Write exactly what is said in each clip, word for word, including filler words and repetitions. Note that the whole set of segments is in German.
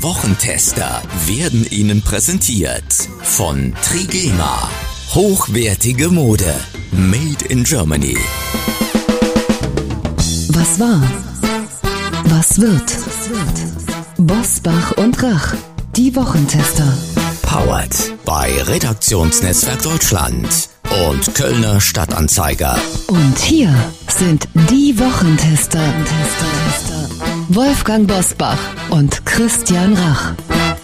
Die Wochentester werden Ihnen präsentiert von Trigema. Hochwertige Mode. Made in Germany. Was war? Was wird? Bosbach und Rach. Die Wochentester. Powered bei Redaktionsnetzwerk Deutschland und Kölner Stadtanzeiger. Und hier sind die Wochentester. Wolfgang Bosbach und Christian Rach.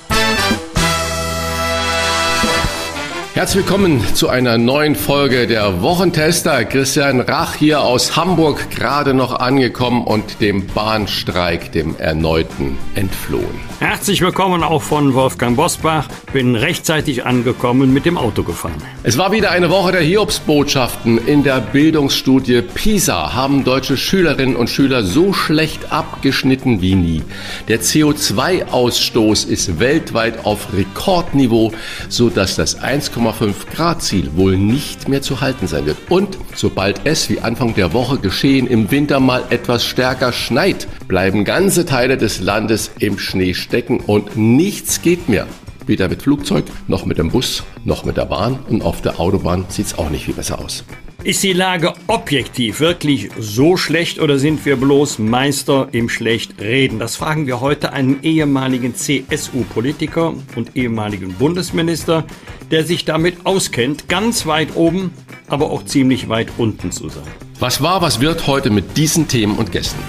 Herzlich willkommen zu einer neuen Folge der Wochentester. Christian Rach hier aus Hamburg, gerade noch angekommen und dem Bahnstreik, dem erneuten, entflohen. Herzlich willkommen auch von Wolfgang Bosbach. Bin rechtzeitig angekommen, mit dem Auto gefahren. Es war wieder eine Woche der Hiobsbotschaften. In der Bildungsstudie PISA haben deutsche Schülerinnen und Schüler so schlecht abgeschnitten wie nie. Der C O zwei Ausstoß ist weltweit auf Rekordniveau, sodass das eins Komma fünf Grad Ziel wohl nicht mehr zu halten sein wird. Und sobald es, wie Anfang der Woche geschehen, im Winter mal etwas stärker schneit, bleiben ganze Teile des Landes im Schnee stecken und nichts geht mehr. Weder mit Flugzeug, noch mit dem Bus, noch mit der Bahn, und auf der Autobahn sieht es auch nicht viel besser aus. Ist die Lage objektiv wirklich so schlecht oder sind wir bloß Meister im Schlechtreden? Das fragen wir heute einen ehemaligen C S U-Politiker und ehemaligen Bundesminister, der sich damit auskennt, ganz weit oben, aber auch ziemlich weit unten zu sein. Was war, was wird heute mit diesen Themen und Gästen?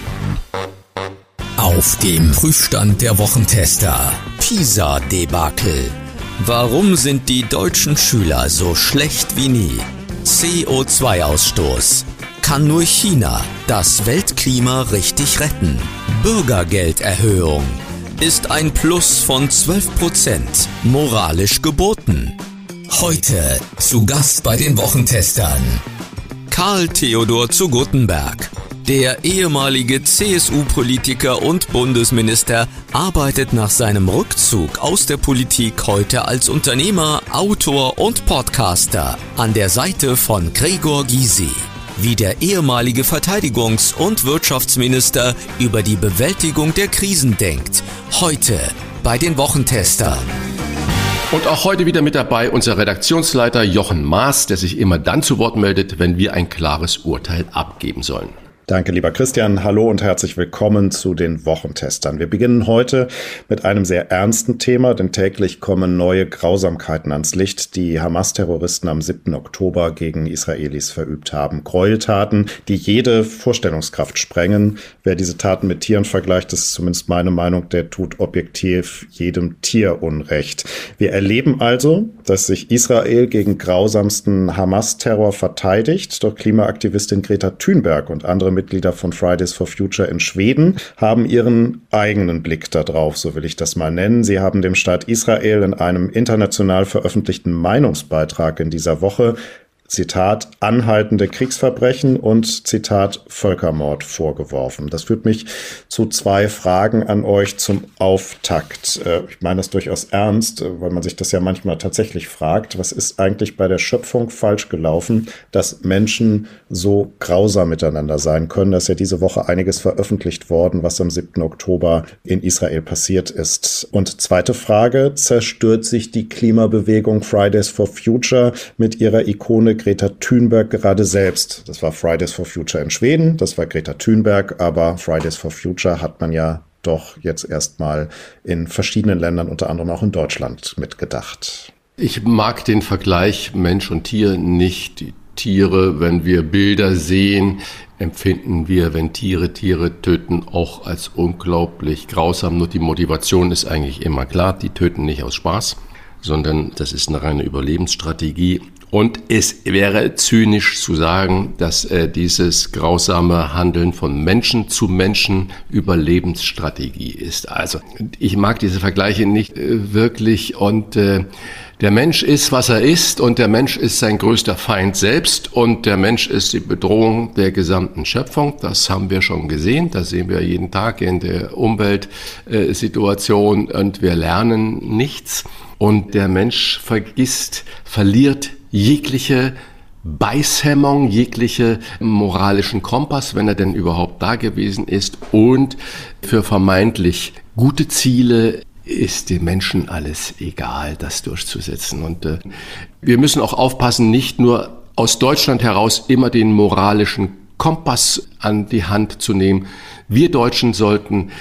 Auf dem Prüfstand der Wochentester. PISA-Debakel. Warum sind die deutschen Schüler so schlecht wie nie? C O zwei Ausstoß. Kann nur China das Weltklima richtig retten? Bürgergelderhöhung. Ist ein Plus von zwölf Prozent moralisch geboten? Heute zu Gast bei den Wochentestern Karl Theodor zu Guttenberg. Der ehemalige C S U-Politiker und Bundesminister arbeitet nach seinem Rückzug aus der Politik heute als Unternehmer, Autor und Podcaster an der Seite von Gregor Gysi. Wie der ehemalige Verteidigungs- und Wirtschaftsminister über die Bewältigung der Krisen denkt. Heute bei den Wochentestern. Und auch heute wieder mit dabei unser Redaktionsleiter Jochen Maas, der sich immer dann zu Wort meldet, wenn wir ein klares Urteil abgeben sollen. Danke, lieber Christian. Hallo und herzlich willkommen zu den Wochentestern. Wir beginnen heute mit einem sehr ernsten Thema, denn täglich kommen neue Grausamkeiten ans Licht, die Hamas-Terroristen am siebten Oktober gegen Israelis verübt haben. Gräueltaten, die jede Vorstellungskraft sprengen. Wer diese Taten mit Tieren vergleicht, das ist zumindest meine Meinung, der tut objektiv jedem Tier Unrecht. Wir erleben also, dass sich Israel gegen grausamsten Hamas-Terror verteidigt. Doch Klimaaktivistin Greta Thunberg und andere Mitglieder von Fridays for Future in Schweden haben ihren eigenen Blick darauf, so will ich das mal nennen. Sie haben dem Staat Israel in einem international veröffentlichten Meinungsbeitrag in dieser Woche Zitat, anhaltende Kriegsverbrechen und Zitat, Völkermord vorgeworfen. Das führt mich zu zwei Fragen an euch zum Auftakt. Ich meine das durchaus ernst, weil man sich das ja manchmal tatsächlich fragt, was ist eigentlich bei der Schöpfung falsch gelaufen, dass Menschen so grausam miteinander sein können. Da ist ja diese Woche einiges veröffentlicht worden, was am siebten Oktober in Israel passiert ist. Und zweite Frage, zerstört sich die Klimabewegung Fridays for Future mit ihrer Ikone Greta Thunberg gerade selbst? Das war Fridays for Future in Schweden, das war Greta Thunberg, aber Fridays for Future hat man ja doch jetzt erstmal in verschiedenen Ländern, unter anderem auch in Deutschland, mitgedacht. Ich mag den Vergleich Mensch und Tier nicht. Die Tiere, wenn wir Bilder sehen, empfinden wir, wenn Tiere Tiere töten, auch als unglaublich grausam. Nur die Motivation ist eigentlich immer klar, die töten nicht aus Spaß, sondern das ist eine reine Überlebensstrategie. Und es wäre zynisch zu sagen, dass äh, dieses grausame Handeln von Menschen zu Menschen Überlebensstrategie ist. Also ich mag diese Vergleiche nicht äh, wirklich und äh, der Mensch ist, was er ist, und der Mensch ist sein größter Feind selbst, und der Mensch ist die Bedrohung der gesamten Schöpfung. Das haben wir schon gesehen, das sehen wir jeden Tag in der Umweltsituation, und wir lernen nichts. Und der Mensch vergisst, verliert jegliche Beißhemmung, jegliche moralischen Kompass, wenn er denn überhaupt da gewesen ist, und für vermeintlich gute Ziele ist den Menschen alles egal, das durchzusetzen. Und äh, wir müssen auch aufpassen, nicht nur aus Deutschland heraus immer den moralischen Kompass an die Hand zu nehmen. Wir Deutschen sollten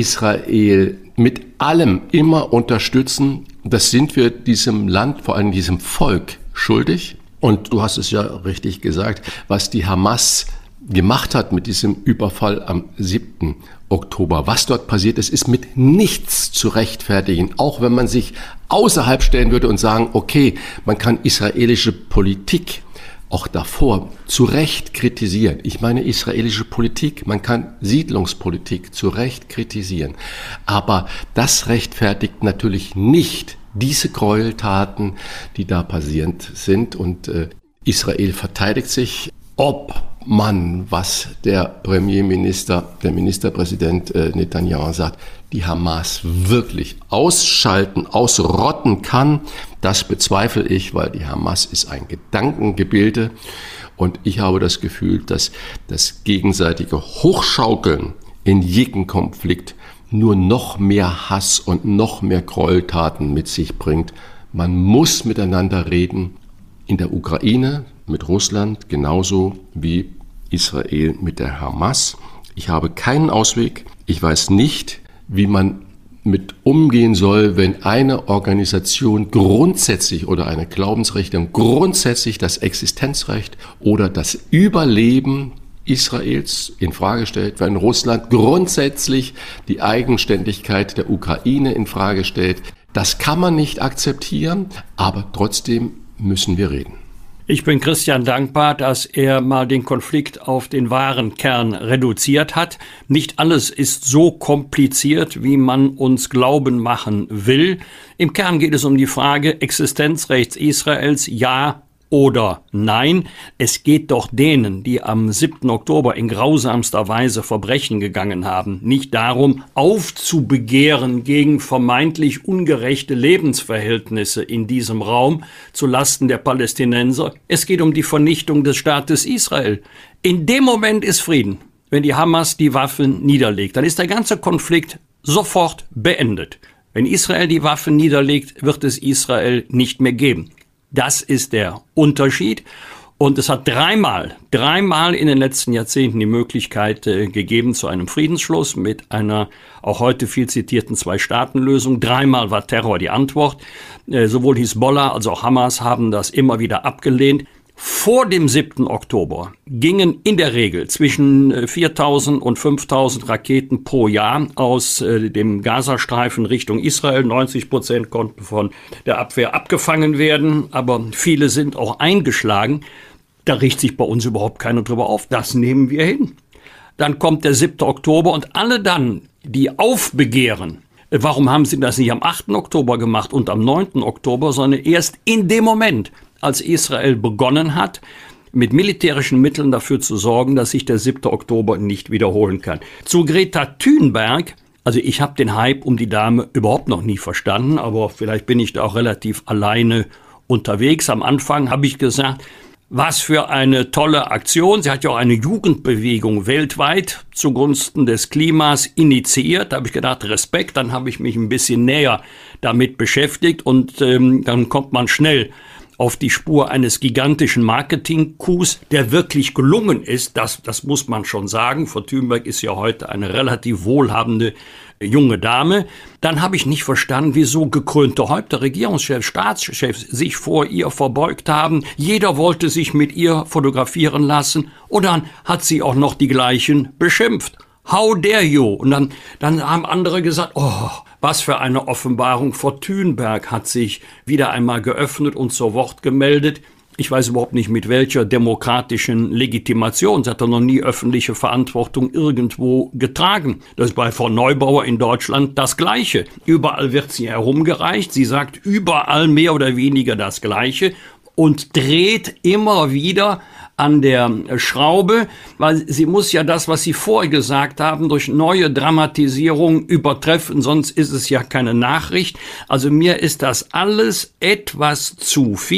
Israel mit allem immer unterstützen. Das sind wir diesem Land, vor allem diesem Volk, schuldig. Und du hast es ja richtig gesagt, was die Hamas gemacht hat mit diesem Überfall am siebten Oktober. Was dort passiert ist, ist mit nichts zu rechtfertigen. Auch wenn man sich außerhalb stellen würde und sagen, okay, man kann israelische Politik auch davor zu Recht kritisieren. Ich meine israelische Politik, man kann Siedlungspolitik zu Recht kritisieren. Aber das rechtfertigt natürlich nicht diese Gräueltaten, die da passierend sind. Und äh, Israel verteidigt sich. Ob man, was der Premierminister, der Ministerpräsident äh, Netanyahu sagt, die Hamas wirklich ausschalten, ausrotten kann, das bezweifle ich, weil die Hamas ist ein Gedankengebilde. Und ich habe das Gefühl, dass das gegenseitige Hochschaukeln in jedem Konflikt nur noch mehr Hass und noch mehr Gräueltaten mit sich bringt. Man muss miteinander reden, in der Ukraine mit Russland genauso wie Israel mit der Hamas. Ich habe keinen Ausweg. Ich weiß nicht, wie man mit umgehen soll, wenn eine Organisation grundsätzlich oder eine Glaubensrichtung grundsätzlich das Existenzrecht oder das Überleben Israels in Frage stellt, wenn Russland grundsätzlich die Eigenständigkeit der Ukraine in Frage stellt. Das kann man nicht akzeptieren, aber trotzdem müssen wir reden. Ich bin Christian dankbar, dass er mal den Konflikt auf den wahren Kern reduziert hat. Nicht alles ist so kompliziert, wie man uns glauben machen will. Im Kern geht es um die Frage Existenzrechts Israels, ja oder nein. Es geht doch denen, die am siebten Oktober in grausamster Weise Verbrechen gegangen haben, nicht darum, aufzubegehren gegen vermeintlich ungerechte Lebensverhältnisse in diesem Raum zu Lasten der Palästinenser. Es geht um die Vernichtung des Staates Israel. In dem Moment ist Frieden, wenn die Hamas die Waffen niederlegt. Dann ist der ganze Konflikt sofort beendet. Wenn Israel die Waffen niederlegt, wird es Israel nicht mehr geben. Das ist der Unterschied. Und es hat dreimal, dreimal in den letzten Jahrzehnten die Möglichkeit äh, gegeben zu einem Friedensschluss mit einer auch heute viel zitierten Zwei-Staaten-Lösung. Dreimal war Terror die Antwort. Äh, sowohl Hisbollah als auch Hamas haben das immer wieder abgelehnt. Vor dem siebten Oktober gingen in der Regel zwischen viertausend und fünftausend Raketen pro Jahr aus äh, dem Gazastreifen Richtung Israel. neunzig Prozent konnten von der Abwehr abgefangen werden, aber viele sind auch eingeschlagen. Da riecht sich bei uns überhaupt keiner drüber auf. Das nehmen wir hin. Dann kommt der siebte Oktober und alle dann, die aufbegehren, warum haben sie das nicht am achten Oktober gemacht und am neunten Oktober, sondern erst in dem Moment, als Israel begonnen hat, mit militärischen Mitteln dafür zu sorgen, dass sich der siebte Oktober nicht wiederholen kann. Zu Greta Thunberg, also ich habe den Hype um die Dame überhaupt noch nie verstanden, aber vielleicht bin ich da auch relativ alleine unterwegs. Am Anfang habe ich gesagt, was für eine tolle Aktion. Sie hat ja auch eine Jugendbewegung weltweit zugunsten des Klimas initiiert. Da habe ich gedacht, Respekt. Dann habe ich mich ein bisschen näher damit beschäftigt und ähm, dann kommt man schnell auf die Spur eines gigantischen Marketing-Coups, der wirklich gelungen ist. Das, das muss man schon sagen. Frau Thunberg ist ja heute eine relativ wohlhabende junge Dame. Dann habe ich nicht verstanden, wieso gekrönte Häupter, Regierungschefs, Staatschefs sich vor ihr verbeugt haben. Jeder wollte sich mit ihr fotografieren lassen. Und dann hat sie auch noch die gleichen beschimpft. How dare you? Und dann, dann haben andere gesagt, oh, was für eine Offenbarung. Frau Thunberg hat sich wieder einmal geöffnet und zu Wort gemeldet. Ich weiß überhaupt nicht, mit welcher demokratischen Legitimation. Sie hat doch noch nie öffentliche Verantwortung irgendwo getragen. Das ist bei Frau Neubauer in Deutschland das Gleiche. Überall wird sie herumgereicht. Sie sagt überall mehr oder weniger das Gleiche und dreht immer wieder an der Schraube, weil sie muss ja das, was Sie vorher gesagt haben, durch neue Dramatisierung übertreffen, sonst ist es ja keine Nachricht. Also mir ist das alles etwas zu viel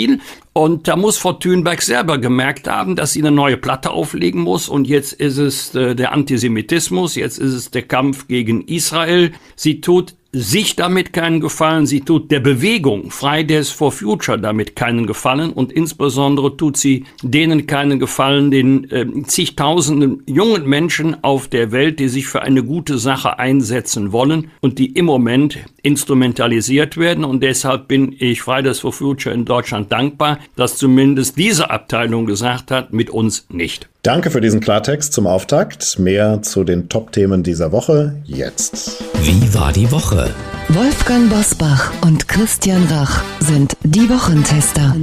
Und da muss Frau Thunberg selber gemerkt haben, dass sie eine neue Platte auflegen muss. Und jetzt ist es äh, der Antisemitismus, jetzt ist es der Kampf gegen Israel. Sie tut sich damit keinen Gefallen, sie tut der Bewegung Fridays for Future damit keinen Gefallen und insbesondere tut sie denen keinen Gefallen, den äh, zigtausenden jungen Menschen auf der Welt, die sich für eine gute Sache einsetzen wollen und die im Moment instrumentalisiert werden. Und deshalb bin ich Fridays for Future in Deutschland dankbar, dass zumindest diese Abteilung gesagt hat, mit uns nicht. Danke für diesen Klartext zum Auftakt. Mehr zu den Top-Themen dieser Woche jetzt. Wie war die Woche? Wolfgang Bosbach und Christian Rach sind die Wochentester.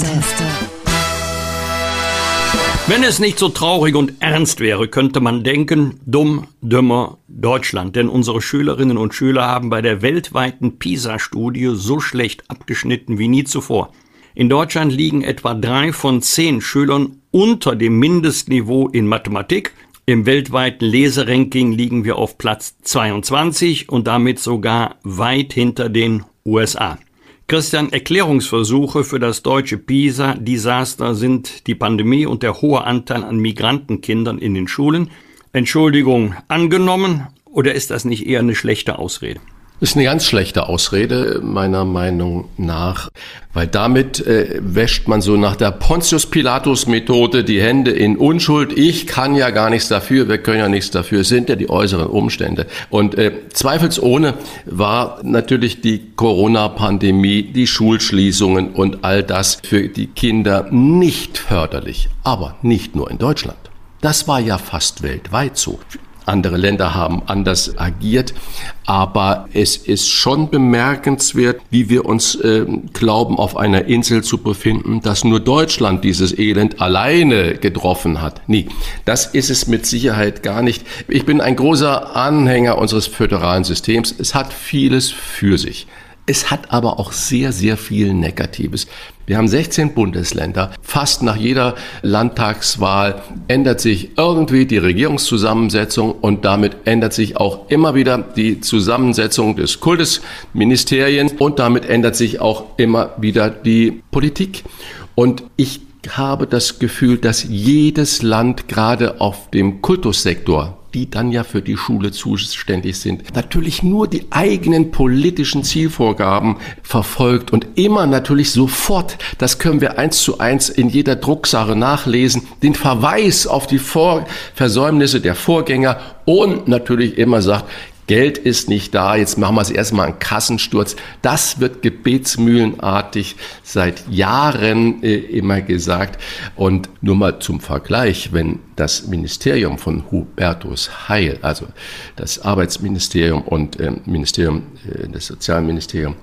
Wenn es nicht so traurig und ernst wäre, könnte man denken, dumm, dümmer Deutschland. Denn unsere Schülerinnen und Schüler haben bei der weltweiten PISA-Studie so schlecht abgeschnitten wie nie zuvor. In Deutschland liegen etwa drei von zehn Schülern unter dem Mindestniveau in Mathematik. Im weltweiten Leseranking liegen wir auf Platz zweiundzwanzig und damit sogar weit hinter den U S A. Christian, Erklärungsversuche für das deutsche PISA-Desaster sind die Pandemie und der hohe Anteil an Migrantenkindern in den Schulen. Entschuldigung angenommen, oder ist das nicht eher eine schlechte Ausrede? Das ist eine ganz schlechte Ausrede, meiner Meinung nach, weil damit äh, wäscht man so nach der Pontius-Pilatus-Methode die Hände in Unschuld. Ich kann ja gar nichts dafür, wir können ja nichts dafür, es sind ja die äußeren Umstände. Und äh, zweifelsohne war natürlich die Corona-Pandemie, die Schulschließungen und all das für die Kinder nicht förderlich, aber nicht nur in Deutschland. Das war ja fast weltweit so. Andere Länder haben anders agiert, aber es ist schon bemerkenswert, wie wir uns äh, glauben, auf einer Insel zu befinden, dass nur Deutschland dieses Elend alleine getroffen hat. Nie. Das ist es mit Sicherheit gar nicht. Ich bin ein großer Anhänger unseres föderalen Systems. Es hat vieles für sich. Es hat aber auch sehr, sehr viel Negatives. Wir haben sechzehn Bundesländer. Fast nach jeder Landtagswahl ändert sich irgendwie die Regierungszusammensetzung und damit ändert sich auch immer wieder die Zusammensetzung des Kultusministeriums und damit ändert sich auch immer wieder die Politik. Und ich habe das Gefühl, dass jedes Land gerade auf dem Kultussektor, die dann ja für die Schule zuständig sind, natürlich nur die eigenen politischen Zielvorgaben verfolgt und immer natürlich sofort, das können wir eins zu eins in jeder Drucksache nachlesen, den Verweis auf die Vor- Versäumnisse der Vorgänger und natürlich immer sagt, Geld ist nicht da, jetzt machen wir es erstmal einen Kassensturz. Das wird gebetsmühlenartig seit Jahren äh, immer gesagt. Und nur mal zum Vergleich, wenn das Ministerium von Hubertus Heil, also das Arbeitsministerium und äh, Ministerium, äh, das Sozialministerium,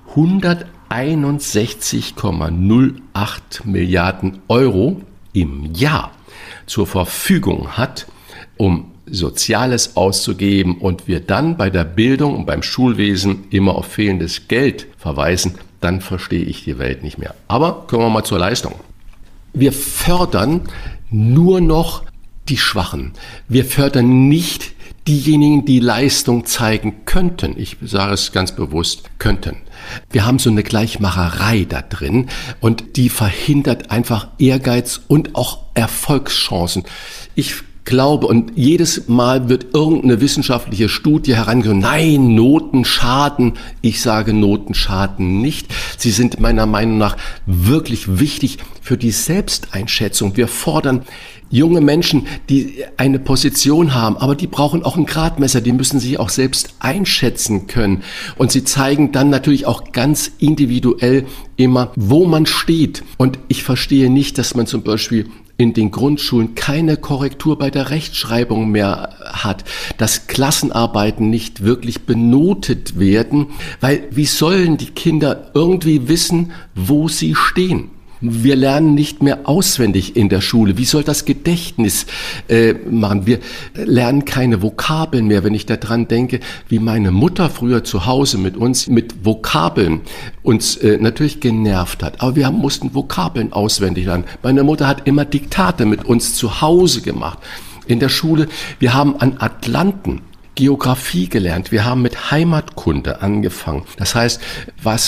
hunderteinundsechzig Komma null acht Milliarden Euro im Jahr zur Verfügung hat, um Soziales auszugeben und wir dann bei der Bildung und beim Schulwesen immer auf fehlendes Geld verweisen, dann verstehe ich die Welt nicht mehr. Aber kommen wir mal zur Leistung. Wir fördern nur noch die Schwachen. Wir fördern nicht diejenigen, die Leistung zeigen könnten. Ich sage es ganz bewusst, könnten. Wir haben so eine Gleichmacherei da drin und die verhindert einfach Ehrgeiz und auch Erfolgschancen. Ich glaube, und jedes Mal wird irgendeine wissenschaftliche Studie herangezogen, nein, Noten schaden. Ich sage, Noten schaden nicht. Sie sind meiner Meinung nach wirklich wichtig für die Selbsteinschätzung. Wir fordern junge Menschen, die eine Position haben, aber die brauchen auch ein Gradmesser, die müssen sich auch selbst einschätzen können. Und sie zeigen dann natürlich auch ganz individuell immer, wo man steht. Und ich verstehe nicht, dass man zum Beispiel in den Grundschulen keine Korrektur bei der Rechtschreibung mehr hat, dass Klassenarbeiten nicht wirklich benotet werden, weil wie sollen die Kinder irgendwie wissen, wo sie stehen? Wir lernen nicht mehr auswendig in der Schule. Wie soll das Gedächtnis äh, machen? Wir lernen keine Vokabeln mehr. Wenn ich daran denke, wie meine Mutter früher zu Hause mit uns mit Vokabeln uns äh, natürlich genervt hat. Aber wir haben, mussten Vokabeln auswendig lernen. Meine Mutter hat immer Diktate mit uns zu Hause gemacht. In der Schule, wir haben an Atlanten Geografie gelernt. Wir haben mit Heimatkunde angefangen. Das heißt, was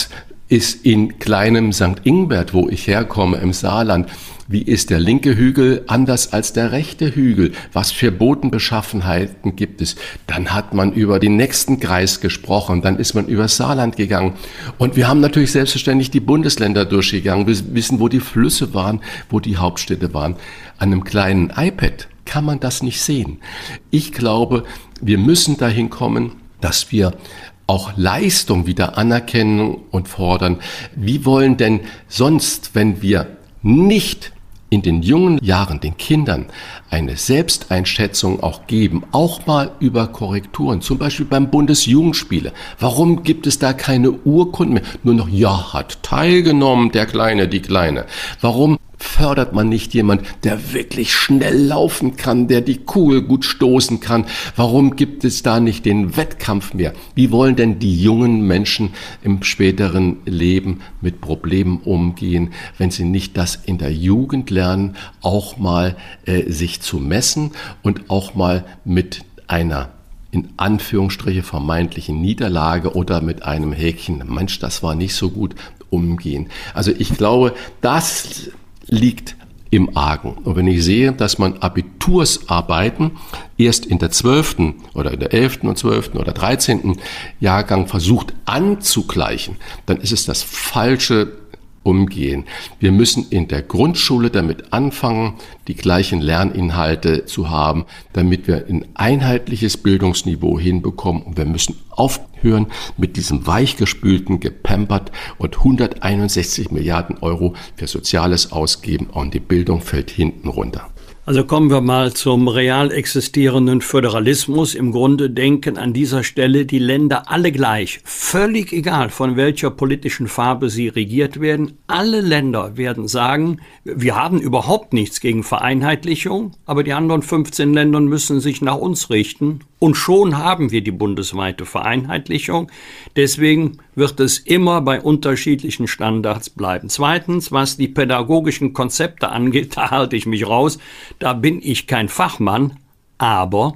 ist in kleinem Sankt Ingbert, wo ich herkomme, im Saarland, wie ist der linke Hügel anders als der rechte Hügel? Was für Bodenbeschaffenheiten gibt es? Dann hat man über den nächsten Kreis gesprochen, dann ist man über Saarland gegangen. Und wir haben natürlich selbstverständlich die Bundesländer durchgegangen. Wir wissen, wo die Flüsse waren, wo die Hauptstädte waren. An einem kleinen iPad kann man das nicht sehen. Ich glaube, wir müssen dahin kommen, dass wir auch Leistung wieder anerkennen und fordern. Wie wollen denn sonst, wenn wir nicht in den jungen Jahren den Kindern eine Selbsteinschätzung auch geben, auch mal über Korrekturen, zum Beispiel beim Bundesjugendspiele. Warum gibt es da keine Urkunden mehr? Nur noch, ja, hat teilgenommen, der Kleine, die Kleine. Warum fördert man nicht jemand, der wirklich schnell laufen kann, der die Kugel gut stoßen kann? Warum gibt es da nicht den Wettkampf mehr? Wie wollen denn die jungen Menschen im späteren Leben mit Problemen umgehen, wenn sie nicht das in der Jugend lernen, auch mal äh, sich zu messen und auch mal mit einer in Anführungsstriche vermeintlichen Niederlage oder mit einem Häkchen, Mensch, das war nicht so gut, umgehen? Also ich glaube, das liegt im Argen. Und wenn ich sehe, dass man Abitursarbeiten erst in der zwölften oder in der elften und zwölften oder dreizehnten Jahrgang versucht anzugleichen, dann ist es das falsche Umgehen. Wir müssen in der Grundschule damit anfangen, die gleichen Lerninhalte zu haben, damit wir ein einheitliches Bildungsniveau hinbekommen. Und wir müssen aufhören mit diesem weichgespülten Gepampert und hunderteinundsechzig Milliarden Euro für Soziales ausgeben und die Bildung fällt hinten runter. Also kommen wir mal zum real existierenden Föderalismus. Im Grunde denken an dieser Stelle die Länder alle gleich. Völlig egal, von welcher politischen Farbe sie regiert werden. Alle Länder werden sagen, wir haben überhaupt nichts gegen Vereinheitlichung, aber die anderen fünfzehn Länder müssen sich nach uns richten. Und schon haben wir die bundesweite Vereinheitlichung. Deswegen wird es immer bei unterschiedlichen Standards bleiben. Zweitens, was die pädagogischen Konzepte angeht, da halte ich mich raus. Da bin ich kein Fachmann. Aber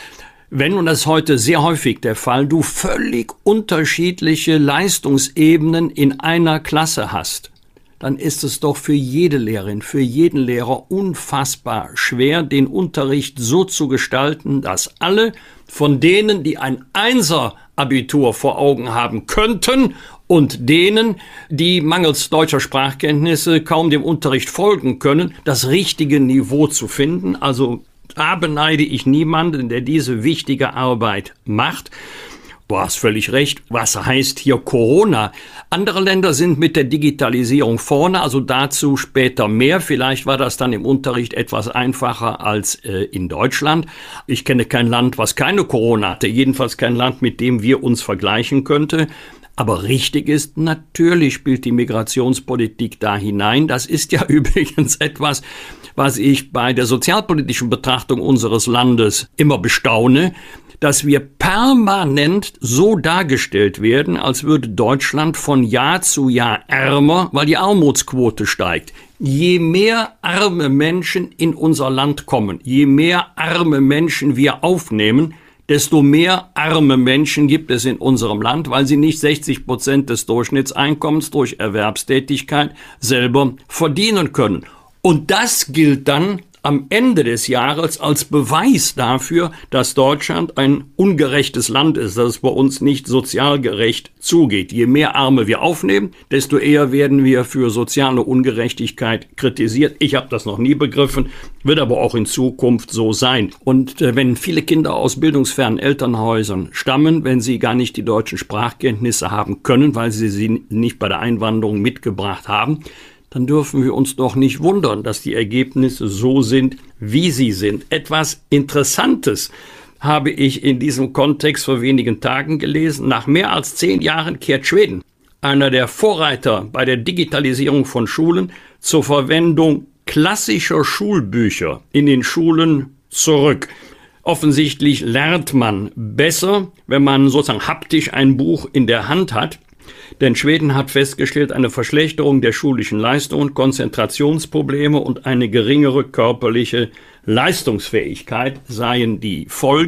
wenn, und das ist heute sehr häufig der Fall, du völlig unterschiedliche Leistungsebenen in einer Klasse hast, dann ist es doch für jede Lehrerin, für jeden Lehrer unfassbar schwer, den Unterricht so zu gestalten, dass alle von denen, die ein Einser-Abitur vor Augen haben könnten und denen, die mangels deutscher Sprachkenntnisse kaum dem Unterricht folgen können, das richtige Niveau zu finden. Also da beneide ich niemanden, der diese wichtige Arbeit macht. Du hast völlig recht. Was heißt hier Corona? Andere Länder sind mit der Digitalisierung vorne, also dazu später mehr. Vielleicht war das dann im Unterricht etwas einfacher als äh, in Deutschland. Ich kenne kein Land, was keine Corona hatte. Jedenfalls kein Land, mit dem wir uns vergleichen könnten. Aber richtig ist, natürlich spielt die Migrationspolitik da hinein. Das ist ja übrigens etwas, was ich bei der sozialpolitischen Betrachtung unseres Landes immer bestaune, dass wir permanent so dargestellt werden, als würde Deutschland von Jahr zu Jahr ärmer, weil die Armutsquote steigt. Je mehr arme Menschen in unser Land kommen, je mehr arme Menschen wir aufnehmen, desto mehr arme Menschen gibt es in unserem Land, weil sie nicht sechzig Prozent des Durchschnittseinkommens durch Erwerbstätigkeit selber verdienen können. Und das gilt dann am Ende des Jahres als Beweis dafür, dass Deutschland ein ungerechtes Land ist, dass es bei uns nicht sozial gerecht zugeht. Je mehr Arme wir aufnehmen, desto eher werden wir für soziale Ungerechtigkeit kritisiert. Ich habe das noch nie begriffen, wird aber auch in Zukunft so sein. Und äh, wenn viele Kinder aus bildungsfernen Elternhäusern stammen, wenn sie gar nicht die deutschen Sprachkenntnisse haben können, weil sie sie nicht bei der Einwanderung mitgebracht haben, dann dürfen wir uns doch nicht wundern, dass die Ergebnisse so sind, wie sie sind. Etwas Interessantes habe ich in diesem Kontext vor wenigen Tagen gelesen. Nach mehr als zehn Jahren kehrt Schweden, einer der Vorreiter bei der Digitalisierung von Schulen, zur Verwendung klassischer Schulbücher in den Schulen zurück. Offensichtlich lernt man besser, wenn man sozusagen haptisch ein Buch in der Hand hat. Denn Schweden hat festgestellt, eine Verschlechterung der schulischen Leistungen, Konzentrationsprobleme und eine geringere körperliche Leistungsfähigkeit seien die Folge.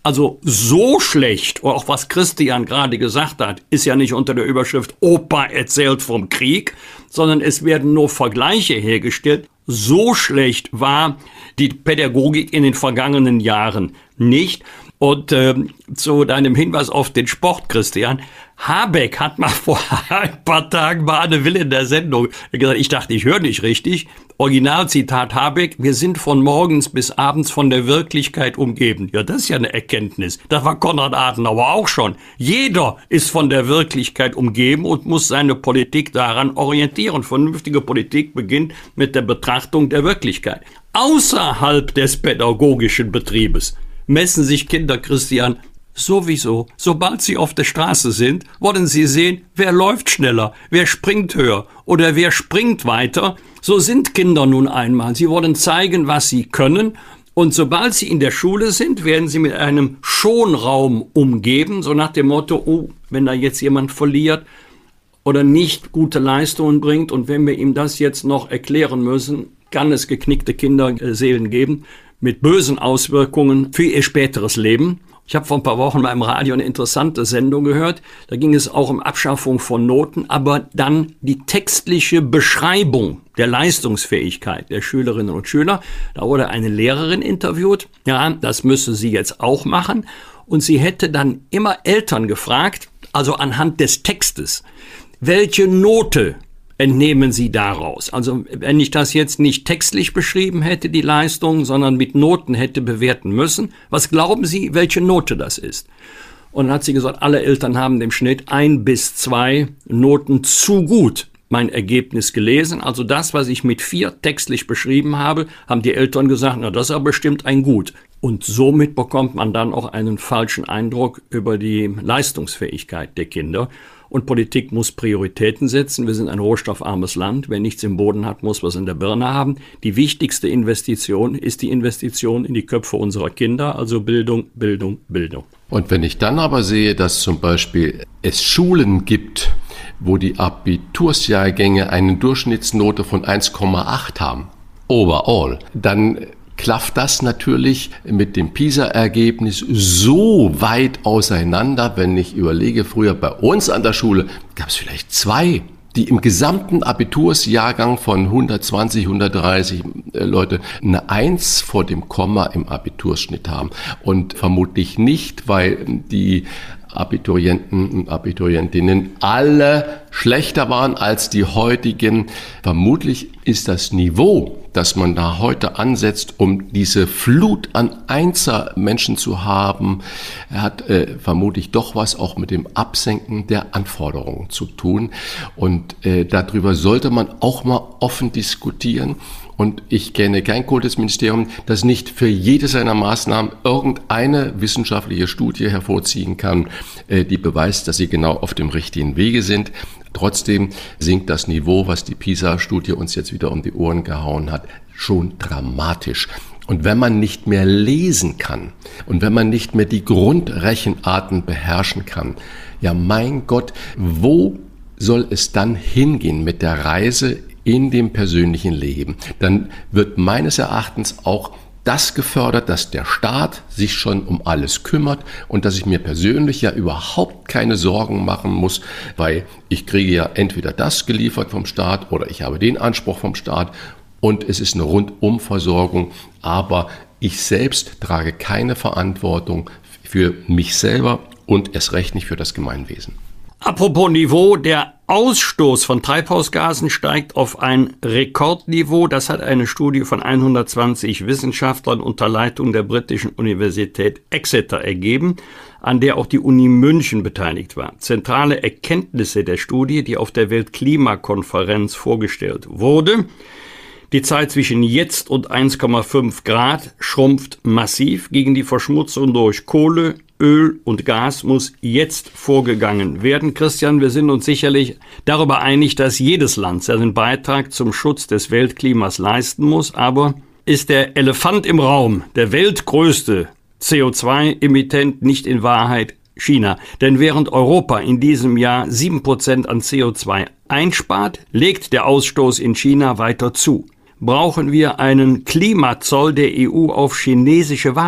Also so schlecht, auch was Christian gerade gesagt hat, ist ja nicht unter der Überschrift Opa erzählt vom Krieg, sondern es werden nur Vergleiche hergestellt. So schlecht war die Pädagogik in den vergangenen Jahren nicht. Und äh, zu deinem Hinweis auf den Sport, Christian, Habeck hat mal vor ein paar Tagen bei Anne Will in der Sendung gesagt, ich dachte, ich höre nicht richtig. Originalzitat Habeck, wir sind von morgens bis abends von der Wirklichkeit umgeben. Ja, das ist ja eine Erkenntnis. Das war Konrad Adenauer auch schon. Jeder ist von der Wirklichkeit umgeben und muss seine Politik daran orientieren. Vernünftige Politik beginnt mit der Betrachtung der Wirklichkeit. Außerhalb des pädagogischen Betriebes messen sich Kinder, Christian, sowieso. Sobald sie auf der Straße sind, wollen sie sehen, wer läuft schneller, wer springt höher oder wer springt weiter. So sind Kinder nun einmal. Sie wollen zeigen, was sie können. Und sobald sie in der Schule sind, werden sie mit einem Schonraum umgeben, so nach dem Motto, oh, wenn da jetzt jemand verliert oder nicht gute Leistungen bringt und wenn wir ihm das jetzt noch erklären müssen, kann es geknickte Kinderseelen geben mit bösen Auswirkungen für ihr späteres Leben. Ich habe vor ein paar Wochen beim Radio eine interessante Sendung gehört. Da ging es auch um Abschaffung von Noten, aber dann die textliche Beschreibung der Leistungsfähigkeit der Schülerinnen und Schüler. Da wurde eine Lehrerin interviewt. Ja, das müsse sie jetzt auch machen. Und sie hätte dann immer Eltern gefragt, also anhand des Textes, welche Note entnehmen Sie daraus? Also wenn ich das jetzt nicht textlich beschrieben hätte, die Leistung, sondern mit Noten hätte bewerten müssen, was glauben Sie, welche Note das ist? Und dann hat sie gesagt, alle Eltern haben im Schnitt ein bis zwei Noten zu gut mein Ergebnis gelesen. Also das, was ich mit vier textlich beschrieben habe, haben die Eltern gesagt, na das ist aber bestimmt ein Gut. Und somit bekommt man dann auch einen falschen Eindruck über die Leistungsfähigkeit der Kinder. Und Politik muss Prioritäten setzen. Wir sind ein rohstoffarmes Land. Wer nichts im Boden hat, muss was in der Birne haben. Die wichtigste Investition ist die Investition in die Köpfe unserer Kinder, also Bildung, Bildung, Bildung. Und wenn ich dann aber sehe, dass zum Beispiel es Schulen gibt, wo die Abitursjahrgänge eine Durchschnittsnote von eins Komma acht haben, overall, dann klafft das natürlich mit dem PISA-Ergebnis so weit auseinander, wenn ich überlege, früher bei uns an der Schule gab es vielleicht zwei, die im gesamten Abitursjahrgang von hundertzwanzig, hundertdreißig Leute eine Eins vor dem Komma im Abiturschnitt haben. Und vermutlich nicht, weil die Abiturienten und Abiturientinnen alle schlechter waren als die heutigen. Vermutlich ist das Niveau, das man da heute ansetzt, um diese Flut an Einser-Menschen zu haben, hat äh, vermutlich doch was auch mit dem Absenken der Anforderungen zu tun. Und äh, darüber sollte man auch mal offen diskutieren. Und ich kenne kein Kultusministerium, das nicht für jede seiner Maßnahmen irgendeine wissenschaftliche Studie hervorziehen kann, die beweist, dass sie genau auf dem richtigen Wege sind. Trotzdem sinkt das Niveau, was die PISA-Studie uns jetzt wieder um die Ohren gehauen hat, schon dramatisch. Und wenn man nicht mehr lesen kann und wenn man nicht mehr die Grundrechenarten beherrschen kann, ja mein Gott, wo soll es dann hingehen mit der Reise in dem persönlichen Leben? Dann wird meines Erachtens auch das gefördert, dass der Staat sich schon um alles kümmert und dass ich mir persönlich ja überhaupt keine Sorgen machen muss, weil ich kriege ja entweder das geliefert vom Staat oder ich habe den Anspruch vom Staat und es ist eine Rundumversorgung, aber ich selbst trage keine Verantwortung für mich selber und erst recht nicht für das Gemeinwesen. Apropos Niveau, der Ausstoß von Treibhausgasen steigt auf ein Rekordniveau. Das hat eine Studie von hundertzwanzig Wissenschaftlern unter Leitung der britischen Universität Exeter ergeben, an der auch die Uni München beteiligt war. Zentrale Erkenntnisse der Studie, die auf der Weltklimakonferenz vorgestellt wurde: Die Zeit zwischen jetzt und eins Komma fünf Grad schrumpft massiv. Gegen die Verschmutzung durch Kohle, Öl und Gas muss jetzt vorgegangen werden. Christian, wir sind uns sicherlich darüber einig, dass jedes Land seinen Beitrag zum Schutz des Weltklimas leisten muss. Aber ist der Elefant im Raum, der weltgrößte C O zwei Emittent, nicht in Wahrheit China? Denn während Europa in diesem Jahr sieben Prozent an C O zwei einspart, legt der Ausstoß in China weiter zu. Brauchen wir einen Klimazoll der E U auf chinesische Waren?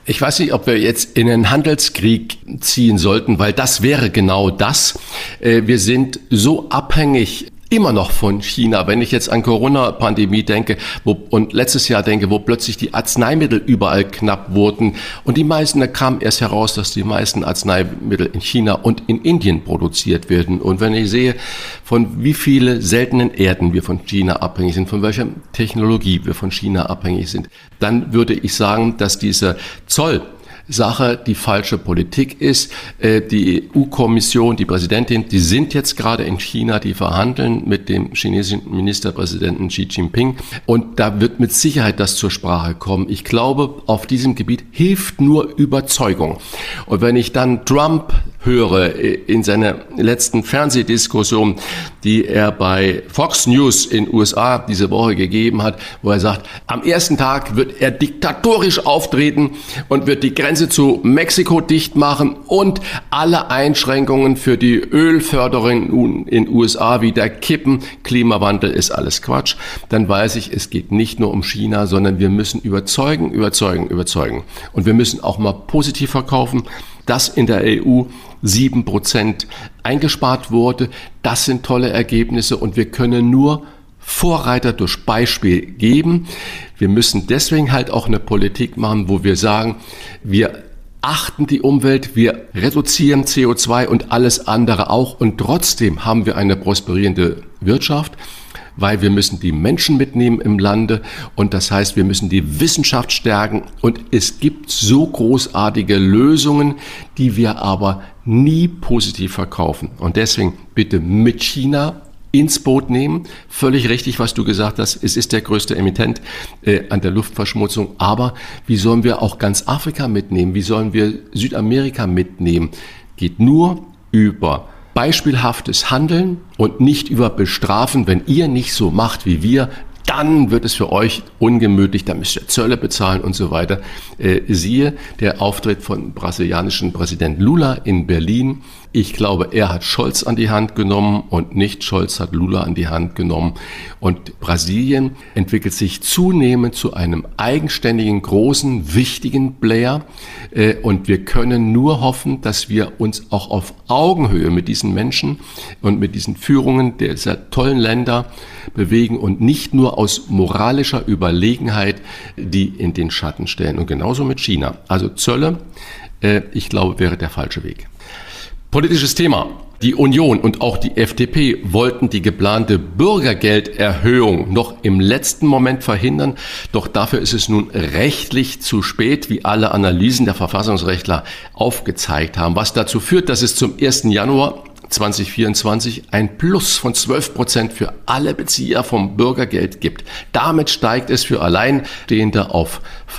Ich weiß nicht, ob wir jetzt in einen Handelskrieg ziehen sollten, weil das wäre genau das. Wir sind so abhängig immer noch von China. Wenn ich jetzt an Corona-Pandemie denke wo, und letztes Jahr denke, wo plötzlich die Arzneimittel überall knapp wurden und die meisten, da kam erst heraus, dass die meisten Arzneimittel in China und in Indien produziert werden. Und wenn ich sehe, von wie viele seltenen Erden wir von China abhängig sind, von welcher Technologie wir von China abhängig sind, dann würde ich sagen, dass dieser Zoll Sache die falsche Politik ist. Die E U-Kommission, die Präsidentin, die sind jetzt gerade in China, die verhandeln mit dem chinesischen Ministerpräsidenten Xi Jinping und da wird mit Sicherheit das zur Sprache kommen. Ich glaube, auf diesem Gebiet hilft nur Überzeugung. Und wenn ich dann Trump höre in seiner letzten Fernsehdiskussion, die er bei Fox News in U S A diese Woche gegeben hat, wo er sagt, am ersten Tag wird er diktatorisch auftreten und wird die Grenze zu Mexiko dicht machen und alle Einschränkungen für die Ölförderung in U S A wieder kippen. Klimawandel ist alles Quatsch. Dann weiß ich, es geht nicht nur um China, sondern wir müssen überzeugen, überzeugen, überzeugen. Und wir müssen auch mal positiv verkaufen, dass in der E U sieben Prozent eingespart wurde. Das sind tolle Ergebnisse und wir können nur Vorreiter durch Beispiel geben. Wir müssen deswegen halt auch eine Politik machen, wo wir sagen, wir achten die Umwelt, wir reduzieren C O zwei und alles andere auch und trotzdem haben wir eine prosperierende Wirtschaft, weil wir müssen die Menschen mitnehmen im Lande und das heißt, wir müssen die Wissenschaft stärken und es gibt so großartige Lösungen, die wir aber nie positiv verkaufen und deswegen bitte mit China ins Boot nehmen. Völlig richtig, was du gesagt hast. Es ist der größte Emittent äh, an der Luftverschmutzung. Aber wie sollen wir auch ganz Afrika mitnehmen? Wie sollen wir Südamerika mitnehmen? Geht nur über beispielhaftes Handeln und nicht über Bestrafen. Wenn ihr nicht so macht wie wir, dann wird es für euch ungemütlich, dann müsst ihr Zölle bezahlen und so weiter. Äh, siehe der Auftritt von brasilianischen Präsident Lula in Berlin. Ich glaube, er hat Scholz an die Hand genommen und nicht Scholz hat Lula an die Hand genommen. Und Brasilien entwickelt sich zunehmend zu einem eigenständigen, großen, wichtigen Player. Äh, und wir können nur hoffen, dass wir uns auch auf Augenhöhe mit diesen Menschen und mit diesen Führungen dieser tollen Länder bewegen und nicht nur aus moralischer Überlegenheit die in den Schatten stellen. Und genauso mit China. Also Zölle, äh, ich glaube, wäre der falsche Weg. Politisches Thema. Die Union und auch die F D P wollten die geplante Bürgergelderhöhung noch im letzten Moment verhindern. Doch dafür ist es nun rechtlich zu spät, wie alle Analysen der Verfassungsrechtler aufgezeigt haben. Was dazu führt, dass es zum ersten Januar zweitausendvierundzwanzig ein Plus von zwölf Prozent für alle Bezieher vom Bürgergeld gibt. Damit steigt es für Alleinstehende auf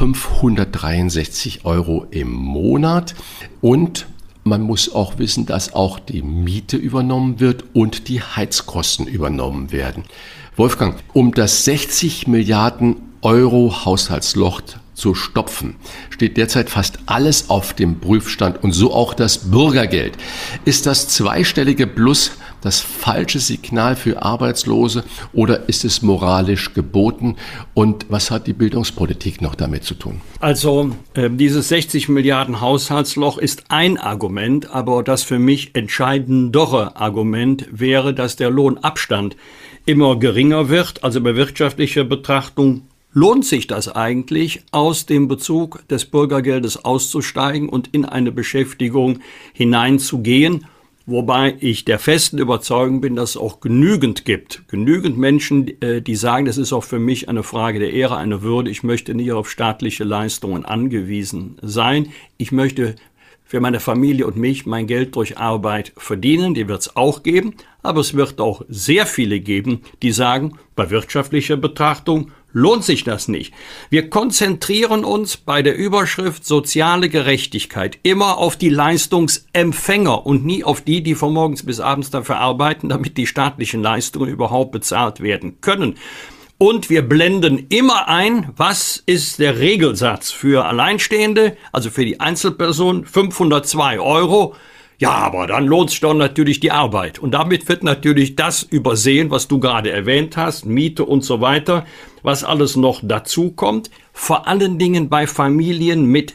fünfhundertdreiundsechzig Euro im Monat. Und man muss auch wissen, dass auch die Miete übernommen wird und die Heizkosten übernommen werden. Wolfgang, um das sechzig Milliarden Euro Haushaltsloch zu stopfen, steht derzeit fast alles auf dem Prüfstand und so auch das Bürgergeld. Ist das zweistellige Plus das falsche Signal für Arbeitslose oder ist es moralisch geboten? Und was hat die Bildungspolitik noch damit zu tun? Also äh, dieses sechzig Milliarden Haushaltsloch ist ein Argument, aber das für mich entscheidendere Argument wäre, dass der Lohnabstand immer geringer wird, also bei wirtschaftlicher Betrachtung. Lohnt sich das eigentlich, aus dem Bezug des Bürgergeldes auszusteigen und in eine Beschäftigung hineinzugehen? Wobei ich der festen Überzeugung bin, dass es auch genügend gibt. Genügend Menschen, die sagen, das ist auch für mich eine Frage der Ehre, eine Würde. Ich möchte nicht auf staatliche Leistungen angewiesen sein. Ich möchte für meine Familie und mich mein Geld durch Arbeit verdienen. Die wird es auch geben. Aber es wird auch sehr viele geben, die sagen, bei wirtschaftlicher Betrachtung lohnt sich das nicht. Wir konzentrieren uns bei der Überschrift soziale Gerechtigkeit immer auf die Leistungsempfänger und nie auf die, die von morgens bis abends dafür arbeiten, damit die staatlichen Leistungen überhaupt bezahlt werden können. Und wir blenden immer ein, was ist der Regelsatz für Alleinstehende, also für die Einzelperson, fünfhundertzwei Euro. Ja, aber dann lohnt sich doch natürlich die Arbeit. Und damit wird natürlich das übersehen, was du gerade erwähnt hast, Miete und so weiter, was alles noch dazu kommt. Vor allen Dingen bei Familien mit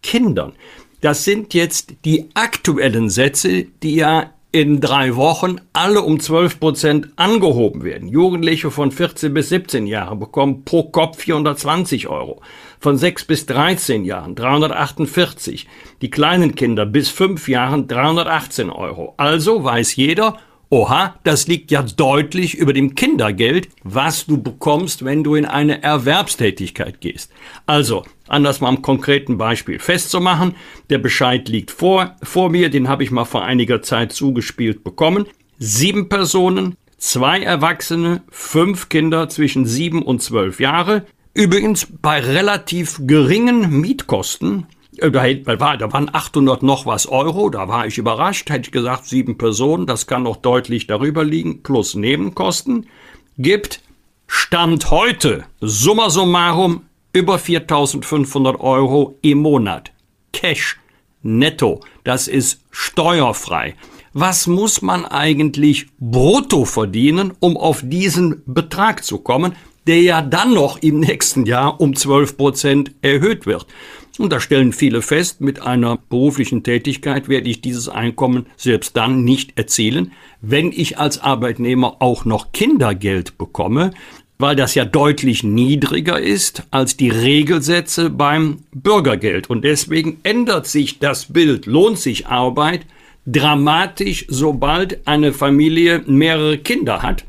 Kindern. Das sind jetzt die aktuellen Sätze, die ja in drei Wochen alle um zwölf Prozent angehoben werden. Jugendliche von vierzehn bis siebzehn Jahren bekommen pro Kopf vierhundertzwanzig Euro. Von sechs bis dreizehn Jahren dreihundertachtundvierzig. Die kleinen Kinder bis fünf Jahren dreihundertachtzehn Euro. Also weiß jeder, oha, das liegt ja deutlich über dem Kindergeld, was du bekommst, wenn du in eine Erwerbstätigkeit gehst. Also, anders mal am konkreten Beispiel festzumachen, der Bescheid liegt vor, vor mir, den habe ich mal vor einiger Zeit zugespielt bekommen. Sieben Personen, zwei Erwachsene, fünf Kinder zwischen sieben und zwölf Jahre. Übrigens bei relativ geringen Mietkosten. Da waren achthundert noch was Euro, da war ich überrascht, hätte ich gesagt, sieben Personen, das kann noch deutlich darüber liegen, plus Nebenkosten, gibt Stand heute, summa summarum, über viertausendfünfhundert Euro im Monat. Cash, netto, das ist steuerfrei. Was muss man eigentlich brutto verdienen, um auf diesen Betrag zu kommen, der ja dann noch im nächsten Jahr um zwölf Prozent erhöht wird? Und da stellen viele fest, mit einer beruflichen Tätigkeit werde ich dieses Einkommen selbst dann nicht erzielen, wenn ich als Arbeitnehmer auch noch Kindergeld bekomme, weil das ja deutlich niedriger ist als die Regelsätze beim Bürgergeld. Und deswegen ändert sich das Bild, lohnt sich Arbeit dramatisch, sobald eine Familie mehrere Kinder hat.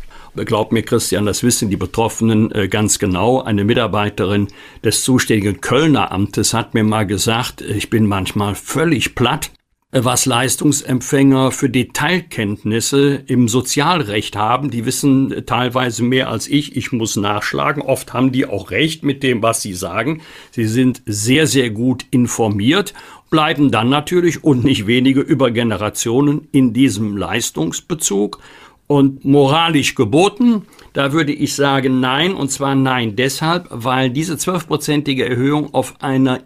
Glaub mir, Christian, das wissen die Betroffenen äh, ganz genau. Eine Mitarbeiterin des zuständigen Kölner Amtes hat mir mal gesagt, ich bin manchmal völlig platt, was Leistungsempfänger für Detailkenntnisse im Sozialrecht haben. Die wissen teilweise mehr als ich. Ich muss nachschlagen. Oft haben die auch recht mit dem, was sie sagen. Sie sind sehr, sehr gut informiert, bleiben dann natürlich und nicht wenige über Generationen in diesem Leistungsbezug. Und moralisch geboten, da würde ich sagen nein, und zwar nein deshalb, weil diese zwölfprozentige Erhöhung auf einer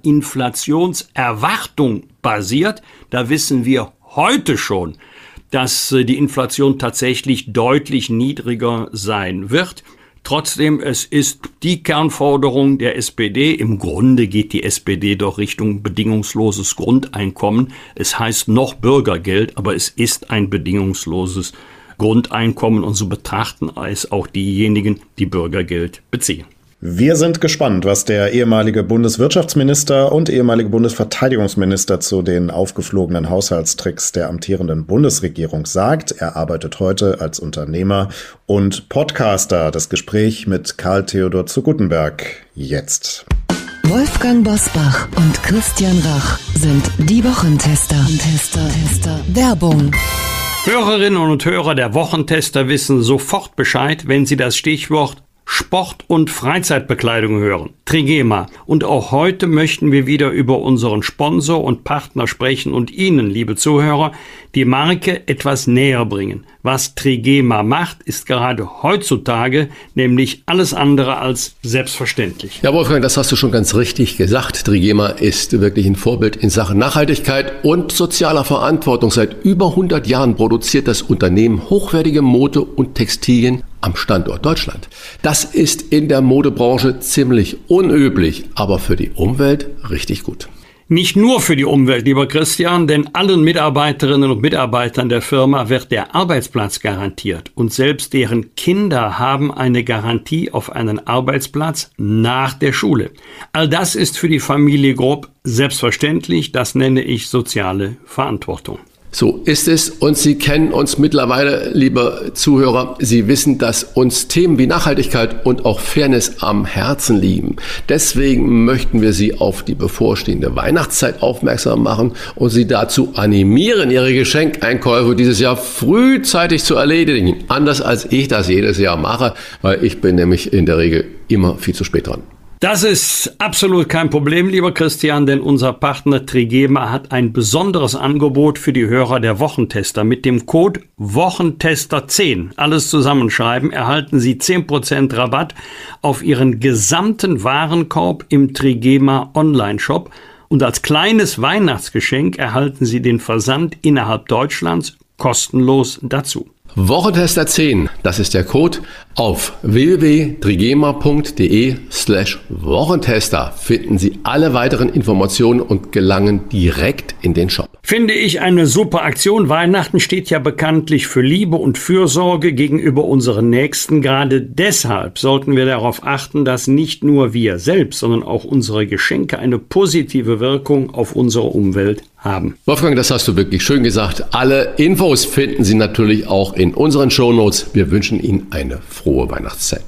Inflationserwartung basiert. Da wissen wir heute schon, dass die Inflation tatsächlich deutlich niedriger sein wird. Trotzdem, es ist die Kernforderung der S P D. Im Grunde geht die S P D doch Richtung bedingungsloses Grundeinkommen. Es heißt noch Bürgergeld, aber es ist ein bedingungsloses Grundeinkommen, und so betrachten es auch diejenigen, die Bürgergeld beziehen. Wir sind gespannt, was der ehemalige Bundeswirtschaftsminister und ehemalige Bundesverteidigungsminister zu den aufgeflogenen Haushaltstricks der amtierenden Bundesregierung sagt. Er arbeitet heute als Unternehmer und Podcaster. Das Gespräch mit Karl Theodor zu Guttenberg jetzt. Wolfgang Bosbach und Christian Rach sind die Wochentester. Tester, Tester. Werbung. Hörerinnen und Hörer der Wochentester wissen sofort Bescheid, wenn sie das Stichwort Sport- und Freizeitbekleidung hören. Trigema. Und auch heute möchten wir wieder über unseren Sponsor und Partner sprechen und Ihnen, liebe Zuhörer, die Marke etwas näher bringen. Was Trigema macht, ist gerade heutzutage nämlich alles andere als selbstverständlich. Ja, Wolfgang, das hast du schon ganz richtig gesagt. Trigema ist wirklich ein Vorbild in Sachen Nachhaltigkeit und sozialer Verantwortung. Seit über hundert Jahren produziert das Unternehmen hochwertige Mode und Textilien am Standort Deutschland. Das ist in der Modebranche ziemlich unüblich, aber für die Umwelt richtig gut. Nicht nur für die Umwelt, lieber Christian, denn allen Mitarbeiterinnen und Mitarbeitern der Firma wird der Arbeitsplatz garantiert. Und selbst deren Kinder haben eine Garantie auf einen Arbeitsplatz nach der Schule. All das ist für die Familie Grob selbstverständlich. Das nenne ich soziale Verantwortung. So ist es, und Sie kennen uns mittlerweile, liebe Zuhörer. Sie wissen, dass uns Themen wie Nachhaltigkeit und auch Fairness am Herzen liegen. Deswegen möchten wir Sie auf die bevorstehende Weihnachtszeit aufmerksam machen und Sie dazu animieren, Ihre Geschenkeinkäufe dieses Jahr frühzeitig zu erledigen. Anders als ich das jedes Jahr mache, weil ich bin nämlich in der Regel immer viel zu spät dran. Das ist absolut kein Problem, lieber Christian, denn unser Partner Trigema hat ein besonderes Angebot für die Hörer der Wochentester. Mit dem Code Wochentester zehn, alles zusammenschreiben, erhalten Sie zehn Prozent Rabatt auf Ihren gesamten Warenkorb im Trigema Online-Shop. Und als kleines Weihnachtsgeschenk erhalten Sie den Versand innerhalb Deutschlands kostenlos dazu. Wochentester zehn, das ist der Code. Auf w w w punkt trigema punkt de slash Wochentester finden Sie alle weiteren Informationen und gelangen direkt in den Shop. Finde ich eine super Aktion. Weihnachten steht ja bekanntlich für Liebe und Fürsorge gegenüber unseren Nächsten. Gerade deshalb sollten wir darauf achten, dass nicht nur wir selbst, sondern auch unsere Geschenke eine positive Wirkung auf unsere Umwelt haben. Wolfgang, das hast du wirklich schön gesagt. Alle Infos finden Sie natürlich auch in unseren Shownotes. Wir wünschen Ihnen eine frohe Weihnachtszeit.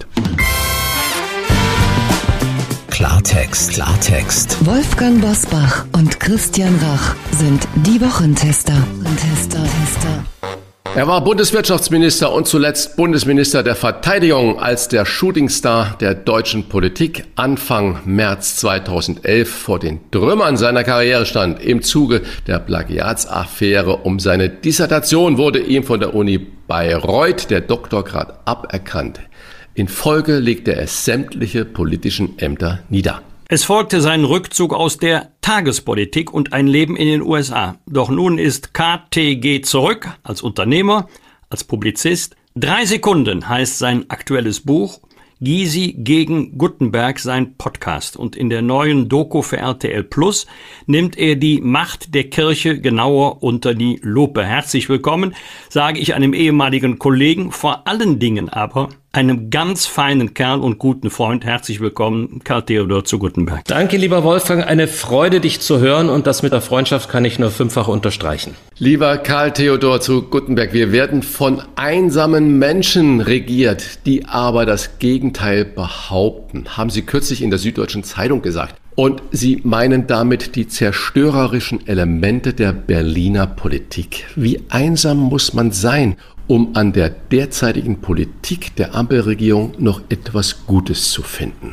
Klartext, Klartext. Wolfgang Bosbach und Christian Rach sind die Wochentester. Tester, Tester. Er war Bundeswirtschaftsminister und zuletzt Bundesminister der Verteidigung, als der Shootingstar der deutschen Politik Anfang März zweitausendelf vor den Trümmern seiner Karriere stand. Im Zuge der Plagiatsaffäre um seine Dissertation wurde ihm von der Uni Bayreuth der Doktorgrad aberkannt. In Folge legte er sämtliche politischen Ämter nieder. Es folgte sein Rückzug aus der Tagespolitik und ein Leben in den U S A. Doch nun ist K T G zurück als Unternehmer, als Publizist. Drei Sekunden heißt sein aktuelles Buch. Gysi gegen Gutenberg, sein Podcast. Und in der neuen Doku für R T L Plus nimmt er die Macht der Kirche genauer unter die Lupe. Herzlich willkommen, sage ich einem ehemaligen Kollegen, vor allen Dingen aber einem ganz feinen Kerl und guten Freund. Herzlich willkommen, Karl Theodor zu Gutenberg. Danke, lieber Wolfgang. Eine Freude, dich zu hören. Und das mit der Freundschaft kann ich nur fünffach unterstreichen. Lieber Karl Theodor zu Gutenberg, wir werden von einsamen Menschen regiert, die aber das Gegenteil behaupten, haben Sie kürzlich in der Süddeutschen Zeitung gesagt. Und Sie meinen damit die zerstörerischen Elemente der Berliner Politik. Wie einsam muss man sein, um an der derzeitigen Politik der Ampelregierung noch etwas Gutes zu finden?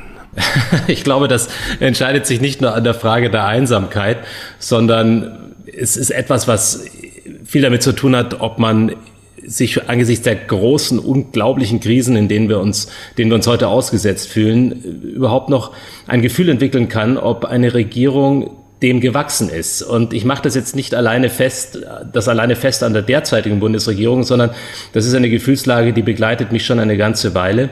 Ich glaube, das entscheidet sich nicht nur an der Frage der Einsamkeit, sondern es ist etwas, was viel damit zu tun hat, ob man sich angesichts der großen, unglaublichen Krisen, in denen wir uns, denen wir uns heute ausgesetzt fühlen, überhaupt noch ein Gefühl entwickeln kann, ob eine Regierung dem gewachsen ist. Und ich mache das jetzt nicht alleine fest, das alleine fest an der derzeitigen Bundesregierung, sondern das ist eine Gefühlslage, die begleitet mich schon eine ganze Weile.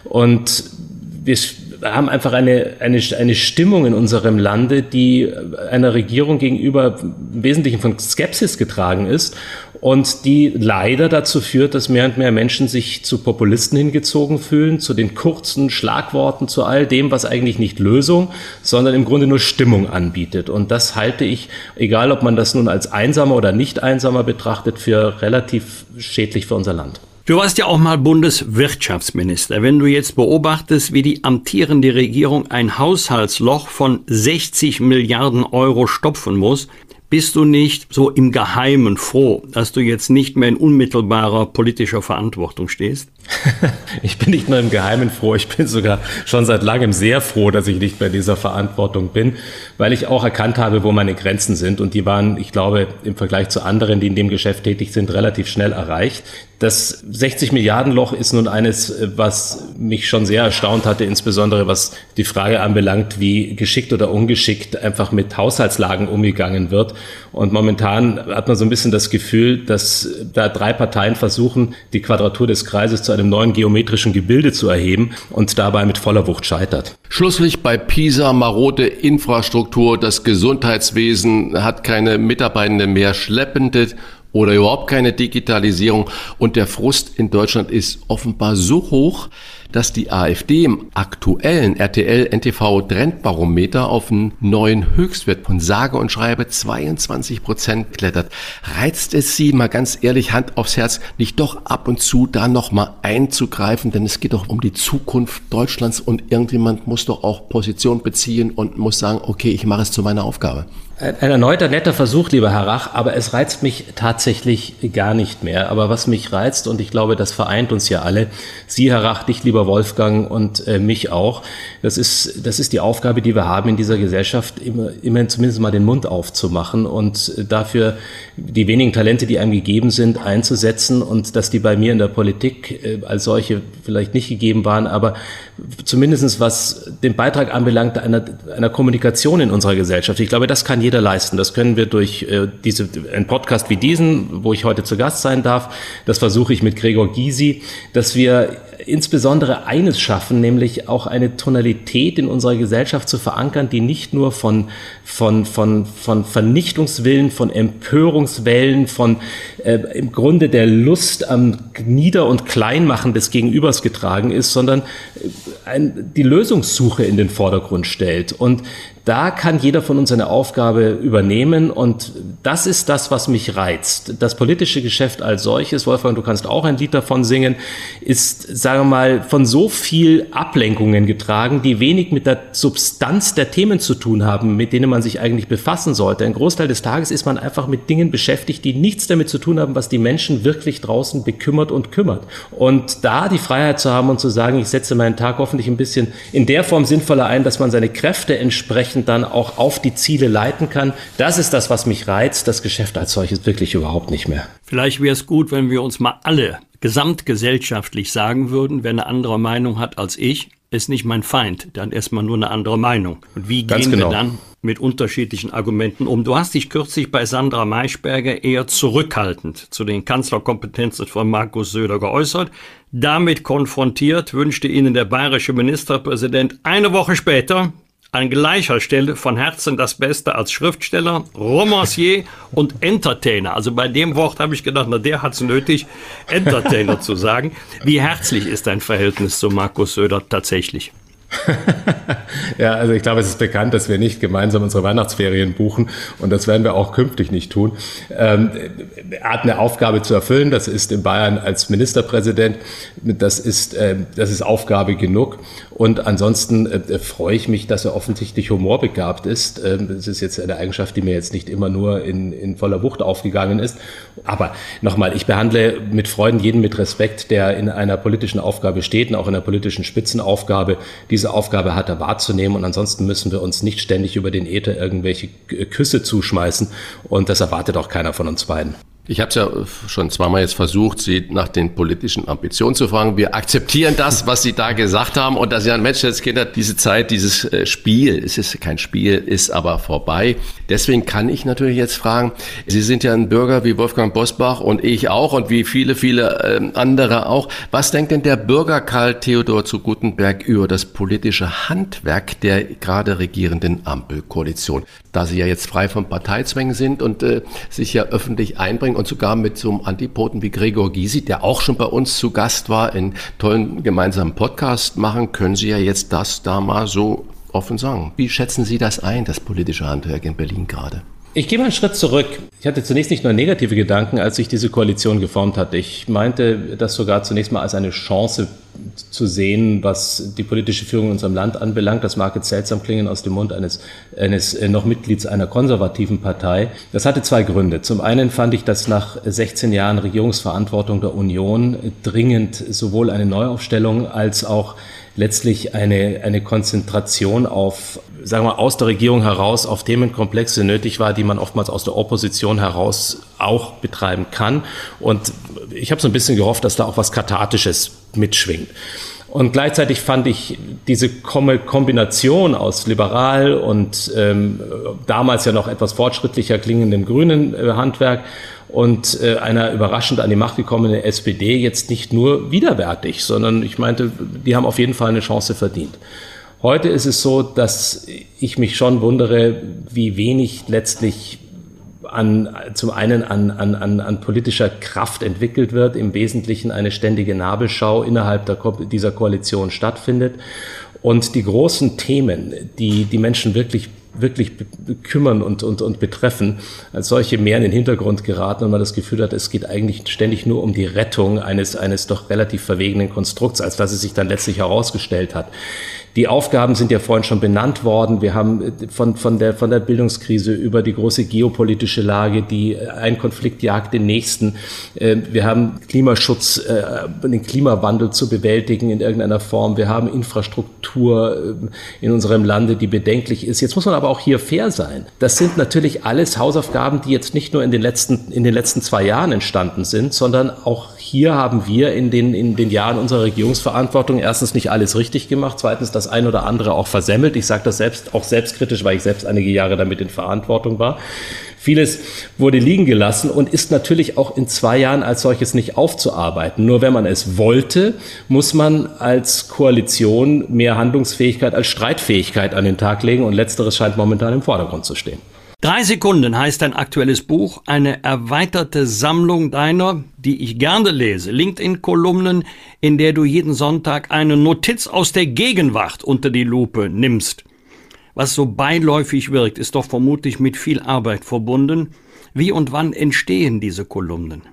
Und wir haben einfach eine, eine, eine Stimmung in unserem Lande, die einer Regierung gegenüber im Wesentlichen von Skepsis getragen ist und die leider dazu führt, dass mehr und mehr Menschen sich zu Populisten hingezogen fühlen, zu den kurzen Schlagworten, zu all dem, was eigentlich nicht Lösung, sondern im Grunde nur Stimmung anbietet. Und das halte ich, egal ob man das nun als einsamer oder nicht einsamer betrachtet, für relativ schädlich für unser Land. Du warst ja auch mal Bundeswirtschaftsminister. Wenn du jetzt beobachtest, wie die amtierende Regierung ein Haushaltsloch von sechzig Milliarden Euro stopfen muss, bist du nicht so im Geheimen froh, dass du jetzt nicht mehr in unmittelbarer politischer Verantwortung stehst? Ich bin nicht nur im Geheimen froh, ich bin sogar schon seit langem sehr froh, dass ich nicht mehr in dieser Verantwortung bin, weil ich auch erkannt habe, wo meine Grenzen sind. Und die waren, ich glaube, im Vergleich zu anderen, die in dem Geschäft tätig sind, relativ schnell erreicht. Das sechzig Milliarden Loch ist nun eines, was mich schon sehr erstaunt hatte, insbesondere was die Frage anbelangt, wie geschickt oder ungeschickt einfach mit Haushaltslagen umgegangen wird. Und momentan hat man so ein bisschen das Gefühl, dass da drei Parteien versuchen, die Quadratur des Kreises zu einem neuen geometrischen Gebilde zu erheben und dabei mit voller Wucht scheitert. Schlusslich bei Pisa, marode Infrastruktur, das Gesundheitswesen hat keine Mitarbeitenden mehr, schleppende oder überhaupt keine Digitalisierung. Und der Frust in Deutschland ist offenbar so hoch, dass die AfD im aktuellen R T L N T V Trendbarometer auf einen neuen Höchstwert von sage und schreibe zweiundzwanzig Prozent klettert. Reizt es Sie, mal ganz ehrlich, Hand aufs Herz, nicht doch ab und zu da nochmal einzugreifen? Denn es geht doch um die Zukunft Deutschlands und irgendjemand muss doch auch Position beziehen und muss sagen, okay, ich mache es zu meiner Aufgabe. Ein erneuter netter Versuch, lieber Herr Rach, aber es reizt mich tatsächlich gar nicht mehr. Aber was mich reizt, und ich glaube, das vereint uns ja alle, Sie, Herr Rach, dich, lieber Wolfgang, und äh, mich auch, das ist, das ist die Aufgabe, die wir haben in dieser Gesellschaft, immer, immer zumindest mal den Mund aufzumachen und dafür die wenigen Talente, die einem gegeben sind, einzusetzen, und dass die bei mir in der Politik äh, als solche vielleicht nicht gegeben waren, aber zumindest was den Beitrag anbelangt einer, einer Kommunikation in unserer Gesellschaft. Ich glaube, das kann jeder wieder leisten. Das können wir durch äh, diese, einen Podcast wie diesen, wo ich heute zu Gast sein darf. Das versuche ich mit Gregor Gysi, dass wir insbesondere eines schaffen, nämlich auch eine Tonalität in unserer Gesellschaft zu verankern, die nicht nur von, von, von, von Vernichtungswillen, von Empörungswellen, von äh, im Grunde der Lust am Nieder- und Kleinmachen des Gegenübers getragen ist, sondern ein, die Lösungssuche in den Vordergrund stellt. Und da kann jeder von uns eine Aufgabe übernehmen und das ist das, was mich reizt. Das politische Geschäft als solches, Wolfgang, du kannst auch ein Lied davon singen, ist, sagen wir mal, von so viel Ablenkungen getragen, die wenig mit der Substanz der Themen zu tun haben, mit denen man sich eigentlich befassen sollte. Ein Großteil des Tages ist man einfach mit Dingen beschäftigt, die nichts damit zu tun haben, was die Menschen wirklich draußen bekümmert und kümmert. Und da die Freiheit zu haben und zu sagen, ich setze meinen Tag hoffentlich ein bisschen in der Form sinnvoller ein, dass man seine Kräfte entsprechend dann auch auf die Ziele leiten kann. Das ist das, was mich reizt. Das Geschäft als solches wirklich überhaupt nicht mehr. Vielleicht wäre es gut, wenn wir uns mal alle gesamtgesellschaftlich sagen würden, wer eine andere Meinung hat als ich, ist nicht mein Feind, dann erstmal nur eine andere Meinung. Und wie Ganz gehen genau. wir dann mit unterschiedlichen Argumenten um? Du hast dich kürzlich bei Sandra Maischberger eher zurückhaltend zu den Kanzlerkompetenzen von Markus Söder geäußert. Damit konfrontiert wünschte Ihnen der bayerische Ministerpräsident eine Woche später an gleicher Stelle von Herzen das Beste als Schriftsteller, Romancier und Entertainer. Also bei dem Wort habe ich gedacht, na, der hat es nötig, Entertainer zu sagen. Wie herzlich ist dein Verhältnis zu Markus Söder tatsächlich? Ja, also ich glaube, es ist bekannt, dass wir nicht gemeinsam unsere Weihnachtsferien buchen und das werden wir auch künftig nicht tun. Ähm, er hat eine Aufgabe zu erfüllen, das ist in Bayern als Ministerpräsident, das ist, äh, das ist Aufgabe genug und ansonsten äh, freue ich mich, dass er offensichtlich humorbegabt ist. Ähm, das ist jetzt eine Eigenschaft, die mir jetzt nicht immer nur in, in voller Wucht aufgegangen ist, aber nochmal, ich behandle mit Freuden jeden mit Respekt, der in einer politischen Aufgabe steht und auch in einer politischen Spitzenaufgabe. Diese Aufgabe hat er wahrzunehmen und ansonsten müssen wir uns nicht ständig über den Äther irgendwelche Küsse zuschmeißen und das erwartet auch keiner von uns beiden. Ich habe es ja schon zweimal jetzt versucht, Sie nach den politischen Ambitionen zu fragen. Wir akzeptieren das, was Sie da gesagt haben und dass Sie ein Menschheitskinder, diese Zeit, dieses Spiel, es ist kein Spiel, ist aber vorbei. Deswegen kann ich natürlich jetzt fragen, Sie sind ja ein Bürger wie Wolfgang Bosbach und ich auch und wie viele, viele andere auch. Was denkt denn der Bürger Karl Theodor zu Guttenberg über das politische Handwerk der gerade regierenden Ampelkoalition? Da Sie ja jetzt frei von Parteizwängen sind und äh, sich ja öffentlich einbringen und sogar mit so einem Antipoden wie Gregor Gysi, der auch schon bei uns zu Gast war, in tollen gemeinsamen Podcast machen, können Sie ja jetzt das da mal so offen sagen. Wie schätzen Sie das ein, das politische Handwerk in Berlin gerade? Ich gehe mal einen Schritt zurück. Ich hatte zunächst nicht nur negative Gedanken, als sich diese Koalition geformt hatte. Ich meinte das sogar zunächst mal als eine Chance zu sehen, was die politische Führung in unserem Land anbelangt. Das mag jetzt seltsam klingen aus dem Mund eines, eines noch Mitglieds einer konservativen Partei. Das hatte zwei Gründe. Zum einen fand ich, dass nach sechzehn Jahren Regierungsverantwortung der Union dringend sowohl eine Neuaufstellung als auch letztlich eine, eine Konzentration auf, sagen wir, aus der Regierung heraus auf Themenkomplexe nötig war, die man oftmals aus der Opposition heraus auch betreiben kann. Und ich habe so ein bisschen gehofft, dass da auch was Kathartisches mitschwingt. Und gleichzeitig fand ich diese Kombination aus liberal und ähm, damals ja noch etwas fortschrittlicher klingendem grünen äh, Handwerk und äh, einer überraschend an die Macht gekommenen S P D jetzt nicht nur widerwärtig, sondern ich meinte, die haben auf jeden Fall eine Chance verdient. Heute ist es so, dass ich mich schon wundere, wie wenig letztlich an, zum einen an, an, an, an politischer Kraft entwickelt wird, im Wesentlichen eine ständige Nabelschau innerhalb der Ko- dieser Koalition stattfindet und die großen Themen, die die Menschen wirklich wirklich kümmern und, und, und betreffen, als solche mehr in den Hintergrund geraten und man das Gefühl hat, es geht eigentlich ständig nur um die Rettung eines, eines doch relativ verwegenen Konstrukts, als dass es sich dann letztlich herausgestellt hat. Die Aufgaben sind ja vorhin schon benannt worden. Wir haben von, von der, von der Bildungskrise über die große geopolitische Lage, die ein Konflikt jagt den nächsten. Wir haben Klimaschutz, den Klimawandel zu bewältigen in irgendeiner Form. Wir haben Infrastruktur in unserem Lande, die bedenklich ist. Jetzt muss man aber auch hier fair sein. Das sind natürlich alles Hausaufgaben, die jetzt nicht nur in den letzten, in den letzten zwei Jahren entstanden sind, sondern auch hier haben wir in den, in den Jahren unserer Regierungsverantwortung erstens nicht alles richtig gemacht, zweitens das ein oder andere auch versemmelt. Ich sage das selbst auch selbstkritisch, weil ich selbst einige Jahre damit in Verantwortung war. Vieles wurde liegen gelassen und ist natürlich auch in zwei Jahren als solches nicht aufzuarbeiten. Nur wenn man es wollte, muss man als Koalition mehr Handlungsfähigkeit als Streitfähigkeit an den Tag legen und letzteres scheint momentan im Vordergrund zu stehen. Drei Sekunden heißt dein aktuelles Buch, eine erweiterte Sammlung deiner, die ich gerne lese, LinkedIn-Kolumnen, in der du jeden Sonntag eine Notiz aus der Gegenwart unter die Lupe nimmst. Was so beiläufig wirkt, ist doch vermutlich mit viel Arbeit verbunden. Wie und wann entstehen diese Kolumnen?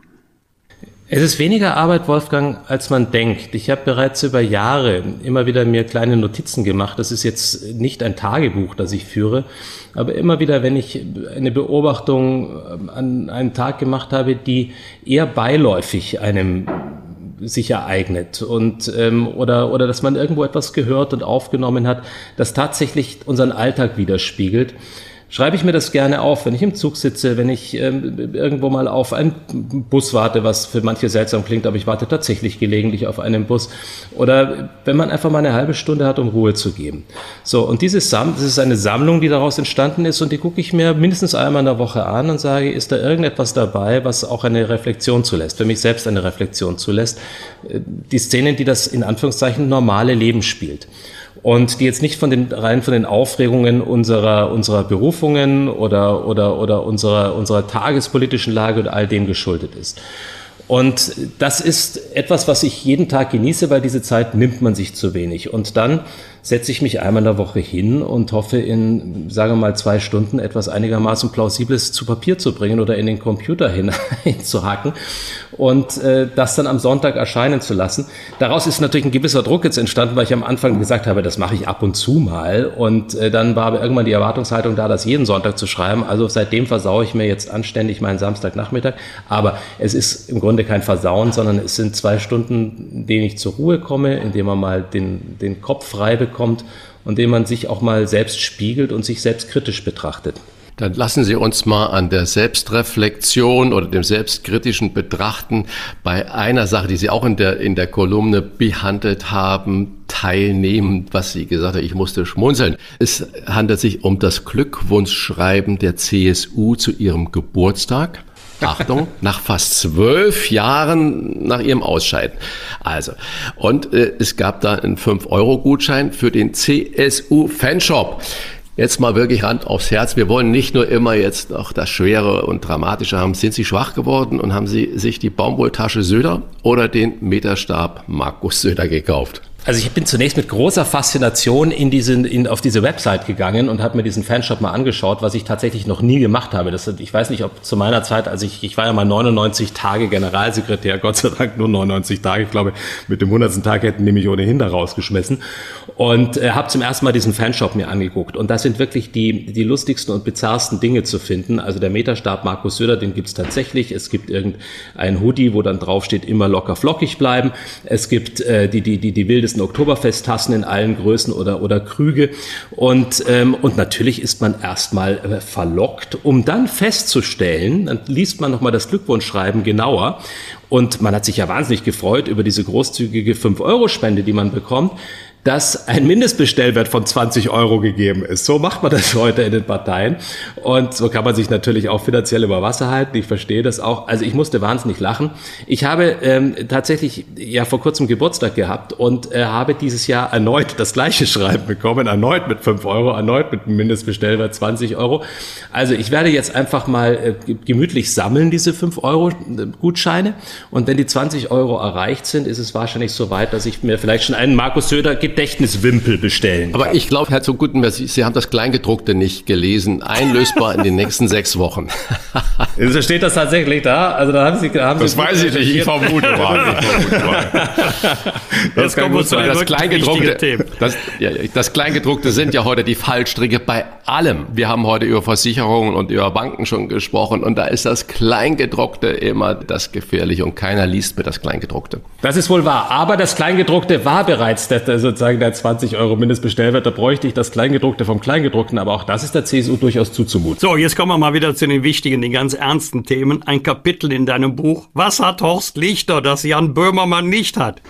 Es ist weniger Arbeit, Wolfgang, als man denkt. Ich habe bereits über Jahre immer wieder mir kleine Notizen gemacht. Das ist jetzt nicht ein Tagebuch, das ich führe, aber immer wieder, wenn ich eine Beobachtung an einem Tag gemacht habe, die eher beiläufig einem sich ereignet und ähm, oder oder dass man irgendwo etwas gehört und aufgenommen hat, das tatsächlich unseren Alltag widerspiegelt, schreibe ich mir das gerne auf, wenn ich im Zug sitze, wenn ich ähm, irgendwo mal auf einen Bus warte, was für manche seltsam klingt, aber ich warte tatsächlich gelegentlich auf einen Bus, oder wenn man einfach mal eine halbe Stunde hat, um Ruhe zu geben. So, und dieses Sam- das ist eine Sammlung, die daraus entstanden ist, und die gucke ich mir mindestens einmal in der Woche an und sage, ist da irgendetwas dabei, was auch eine Reflexion zulässt, für mich selbst eine Reflexion zulässt, die Szenen, die das in Anführungszeichen normale Leben spielt. Und die jetzt nicht von den rein von den Aufregungen unserer unserer Berufungen oder oder oder unserer unserer tagespolitischen Lage und all dem geschuldet ist. Und das ist etwas, was ich jeden Tag genieße, weil diese Zeit nimmt man sich zu wenig. Und dann setze ich mich einmal in der Woche hin und hoffe in, sagen wir mal, zwei Stunden etwas einigermaßen Plausibles zu Papier zu bringen oder in den Computer hineinzuhacken und äh, das dann am Sonntag erscheinen zu lassen. Daraus ist natürlich ein gewisser Druck jetzt entstanden, weil ich am Anfang gesagt habe, das mache ich ab und zu mal. Und äh, dann war aber irgendwann die Erwartungshaltung da, das jeden Sonntag zu schreiben. Also seitdem versaue ich mir jetzt anständig meinen Samstagnachmittag. Aber es ist im Grunde kein Versauen, sondern es sind zwei Stunden, in denen ich zur Ruhe komme, in denen man mal den, den Kopf frei bekommt und in denen man sich auch mal selbst spiegelt und sich selbst kritisch betrachtet. Dann lassen Sie uns mal an der Selbstreflexion oder dem selbstkritischen Betrachten bei einer Sache, die Sie auch in der, in der Kolumne behandelt haben, teilnehmen, was Sie gesagt haben. Ich musste schmunzeln. Es handelt sich um das Glückwunschschreiben der C S U zu ihrem Geburtstag. Achtung, nach fast zwölf Jahren nach ihrem Ausscheiden. Also, und äh, es gab da einen fünf Euro Gutschein für den C S U-Fanshop. Jetzt mal wirklich Hand aufs Herz. Wir wollen nicht nur immer jetzt noch das Schwere und Dramatische haben. Sind Sie schwach geworden und haben Sie sich die Baumwolltasche Söder oder den Meterstab Markus Söder gekauft? Also ich bin zunächst mit großer Faszination in diesen, in, auf diese Website gegangen und habe mir diesen Fanshop mal angeschaut, was ich tatsächlich noch nie gemacht habe. Das, ich weiß nicht, ob zu meiner Zeit, also ich, ich war ja mal neunundneunzig Tage Generalsekretär, Gott sei Dank nur neunundneunzig Tage. Ich glaube, mit dem hundertsten Tag hätten die mich ohnehin da rausgeschmissen. Und äh, habe zum ersten Mal diesen Fanshop mir angeguckt. Und da sind wirklich die, die lustigsten und bizarrsten Dinge zu finden. Also der Meterstab Markus Söder, den gibt's tatsächlich. Es gibt irgendein Hoodie, wo dann draufsteht, immer locker flockig bleiben. Es gibt äh, die, die, die, die wildesten Oktoberfesttassen in allen Größen oder oder Krüge und ähm, und natürlich ist man erstmal äh, verlockt, um dann festzustellen, dann liest man nochmal das Glückwunschschreiben genauer und man hat sich ja wahnsinnig gefreut über diese großzügige fünf Euro Spende, die man bekommt, dass ein Mindestbestellwert von zwanzig Euro gegeben ist. So macht man das heute in den Parteien. Und so kann man sich natürlich auch finanziell über Wasser halten. Ich verstehe das auch. Also ich musste wahnsinnig lachen. Ich habe ähm, tatsächlich ja vor kurzem Geburtstag gehabt und äh, habe dieses Jahr erneut das gleiche Schreiben bekommen. Erneut mit fünf Euro, erneut mit einem Mindestbestellwert zwanzig Euro. Also ich werde jetzt einfach mal äh, gemütlich sammeln, diese fünf Euro Gutscheine. Und wenn die zwanzig Euro erreicht sind, ist es wahrscheinlich so weit, dass ich mir vielleicht schon einen Markus Söder Gedächtniswimpel bestellen kann. Aber ich glaube, Herr zu Gutenberg, Sie, Sie haben das Kleingedruckte nicht gelesen. Einlösbar in den nächsten sechs Wochen. Also steht das tatsächlich da? Also da haben Sie, haben das Sie weiß ich nicht. Ich vermute mal. Das, das, gut sein. Das Kleingedruckte, das, ja, das Kleingedruckte sind ja heute die Fallstricke bei allem. Wir haben heute über Versicherungen und über Banken schon gesprochen und da ist das Kleingedruckte immer das Gefährliche und keiner liest mir das Kleingedruckte. Das ist wohl wahr. Aber das Kleingedruckte war bereits der, also sagen, der zwanzig Euro Mindestbestellwert, da bräuchte ich das Kleingedruckte vom Kleingedruckten, aber auch das ist der C S U durchaus zuzumuten. So, jetzt kommen wir mal wieder zu den wichtigen, den ganz ernsten Themen. Ein Kapitel in deinem Buch. Was hat Horst Lichter, das Jan Böhmermann nicht hat?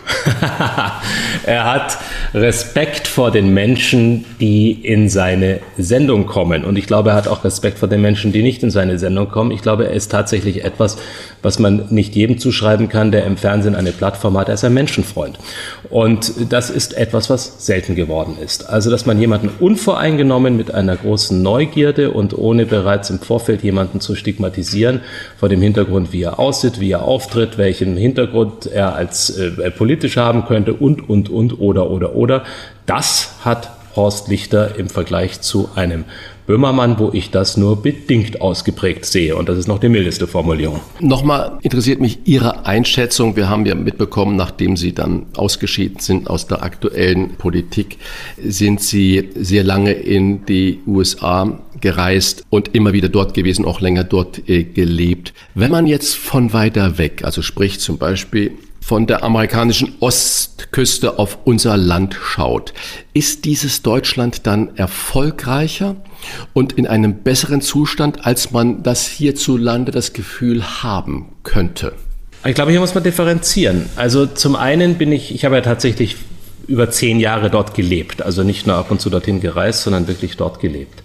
Er hat Respekt vor den Menschen, die in seine Sendung kommen. Und ich glaube, er hat auch Respekt vor den Menschen, die nicht in seine Sendung kommen. Ich glaube, er ist tatsächlich etwas, was man nicht jedem zuschreiben kann, der im Fernsehen eine Plattform hat. Er ist ein Menschenfreund. Und das ist etwas, was selten geworden ist. Also, dass man jemanden unvoreingenommen mit einer großen Neugierde und ohne bereits im Vorfeld jemanden zu stigmatisieren, vor dem Hintergrund, wie er aussieht, wie er auftritt, welchen Hintergrund er als äh, politisch haben könnte und, und, und, oder, oder, oder. Das hat Horst Lichter im Vergleich zu einem Böhmermann, wo ich das nur bedingt ausgeprägt sehe. Und das ist noch die mildeste Formulierung. Nochmal interessiert mich Ihre Einschätzung. Wir haben ja mitbekommen, nachdem Sie dann ausgeschieden sind aus der aktuellen Politik, sind Sie sehr lange in die U S A gereist und immer wieder dort gewesen, auch länger dort äh, gelebt. Wenn man jetzt von weiter weg, also sprich zum Beispiel von der amerikanischen Ostküste auf unser Land schaut, ist dieses Deutschland dann erfolgreicher und in einem besseren Zustand, als man das hierzulande das Gefühl haben könnte? Ich glaube, hier muss man differenzieren. Also zum einen bin ich, ich habe ja tatsächlich über zehn Jahre dort gelebt, also nicht nur ab und zu dorthin gereist, sondern wirklich dort gelebt.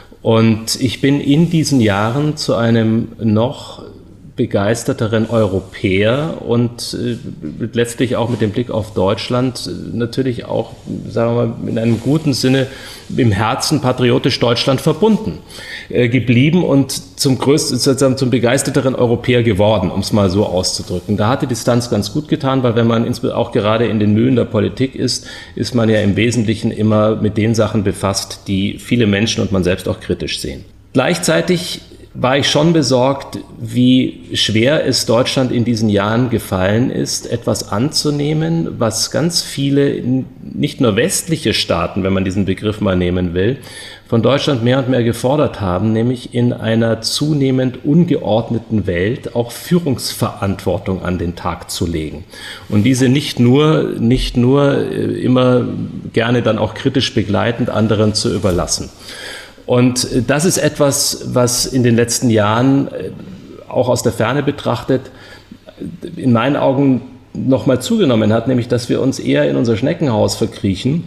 Und ich bin in diesen Jahren zu einem noch begeisterteren Europäer und äh, letztlich auch mit dem Blick auf Deutschland äh, natürlich auch, sagen wir mal, in einem guten Sinne im Herzen patriotisch Deutschland verbunden äh, geblieben und zum größten, sozusagen zum begeisterteren Europäer geworden, um es mal so auszudrücken. Da hat die Distanz ganz gut getan, weil wenn man auch gerade in den Mühen der Politik ist, ist man ja im Wesentlichen immer mit den Sachen befasst, die viele Menschen und man selbst auch kritisch sehen. Gleichzeitig war ich schon besorgt, wie schwer es Deutschland in diesen Jahren gefallen ist, etwas anzunehmen, was ganz viele, nicht nur westliche Staaten, wenn man diesen Begriff mal nehmen will, von Deutschland mehr und mehr gefordert haben, nämlich in einer zunehmend ungeordneten Welt auch Führungsverantwortung an den Tag zu legen. Und diese nicht nur, nicht nur immer gerne dann auch kritisch begleitend anderen zu überlassen. Und das ist etwas, was in den letzten Jahren auch aus der Ferne betrachtet in meinen Augen nochmal zugenommen hat, nämlich dass wir uns eher in unser Schneckenhaus verkriechen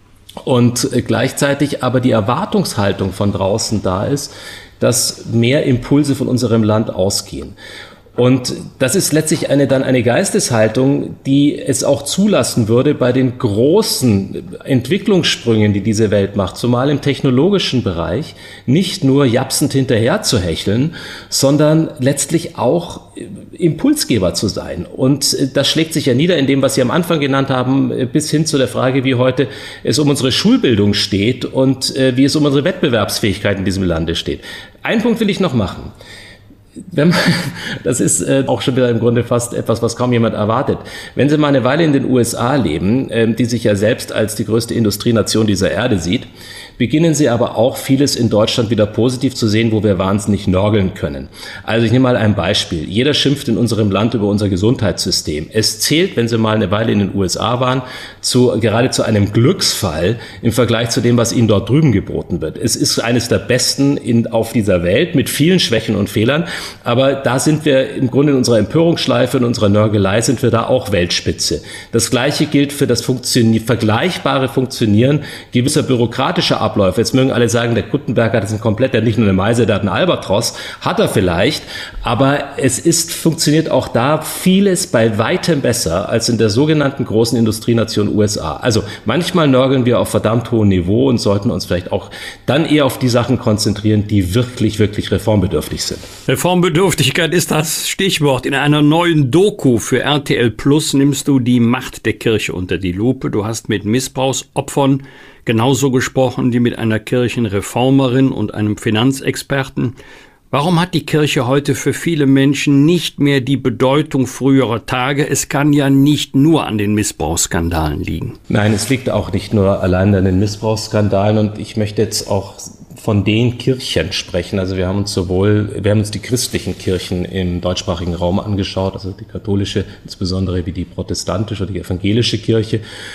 und gleichzeitig aber die Erwartungshaltung von draußen da ist, dass mehr Impulse von unserem Land ausgehen. Und das ist letztlich eine, dann eine Geisteshaltung, die es auch zulassen würde bei den großen Entwicklungssprüngen, die diese Welt macht, zumal im technologischen Bereich, nicht nur japsend hinterher zu hecheln, sondern letztlich auch Impulsgeber zu sein. Und das schlägt sich ja nieder in dem, was Sie am Anfang genannt haben, bis hin zu der Frage, wie heute es um unsere Schulbildung steht und wie es um unsere Wettbewerbsfähigkeit in diesem Lande steht. Einen Punkt will ich noch machen. Wenn man, das ist äh, auch schon wieder im Grunde fast etwas, was kaum jemand erwartet. Wenn Sie mal eine Weile in den U S A leben, äh, die sich ja selbst als die größte Industrienation dieser Erde sieht, beginnen Sie aber auch vieles in Deutschland wieder positiv zu sehen, wo wir wahnsinnig nörgeln können. Also ich nehme mal ein Beispiel. Jeder schimpft in unserem Land über unser Gesundheitssystem. Es zählt, wenn Sie mal eine Weile in den U S A waren, zu, gerade zu einem Glücksfall im Vergleich zu dem, was Ihnen dort drüben geboten wird. Es ist eines der besten in, auf dieser Welt mit vielen Schwächen und Fehlern. Aber da sind wir im Grunde in unserer Empörungsschleife, in unserer Nörgelei sind wir da auch Weltspitze. Das Gleiche gilt für das Funktioni- vergleichbare Funktionieren gewisser bürokratischer Abläufe. Jetzt mögen alle sagen, der Gutenberg hat das ein komplett, der hat nicht nur eine Meise, der hat einen Albatros. Hat er vielleicht. Aber es ist, funktioniert auch da vieles bei weitem besser als in der sogenannten großen Industrienation U S A. Also manchmal nörgeln wir auf verdammt hohem Niveau und sollten uns vielleicht auch dann eher auf die Sachen konzentrieren, die wirklich, wirklich reformbedürftig sind. Reformbedürftigkeit ist das Stichwort. In einer neuen Doku für R T L Plus nimmst du die Macht der Kirche unter die Lupe. Du hast mit Missbrauchsopfern genauso gesprochen wie mit einer Kirchenreformerin und einem Finanzexperten. Warum hat die Kirche heute für viele Menschen nicht mehr die Bedeutung früherer Tage? Es kann ja nicht nur an den Missbrauchsskandalen liegen. Nein, es liegt auch nicht nur allein an den Missbrauchsskandalen. Und ich möchte jetzt auch von den Kirchen sprechen. Also wir haben uns sowohl, wir haben uns die christlichen Kirchen im deutschsprachigen Raum angeschaut, also die katholische, insbesondere wie die protestantische oder die evangelische Kirche.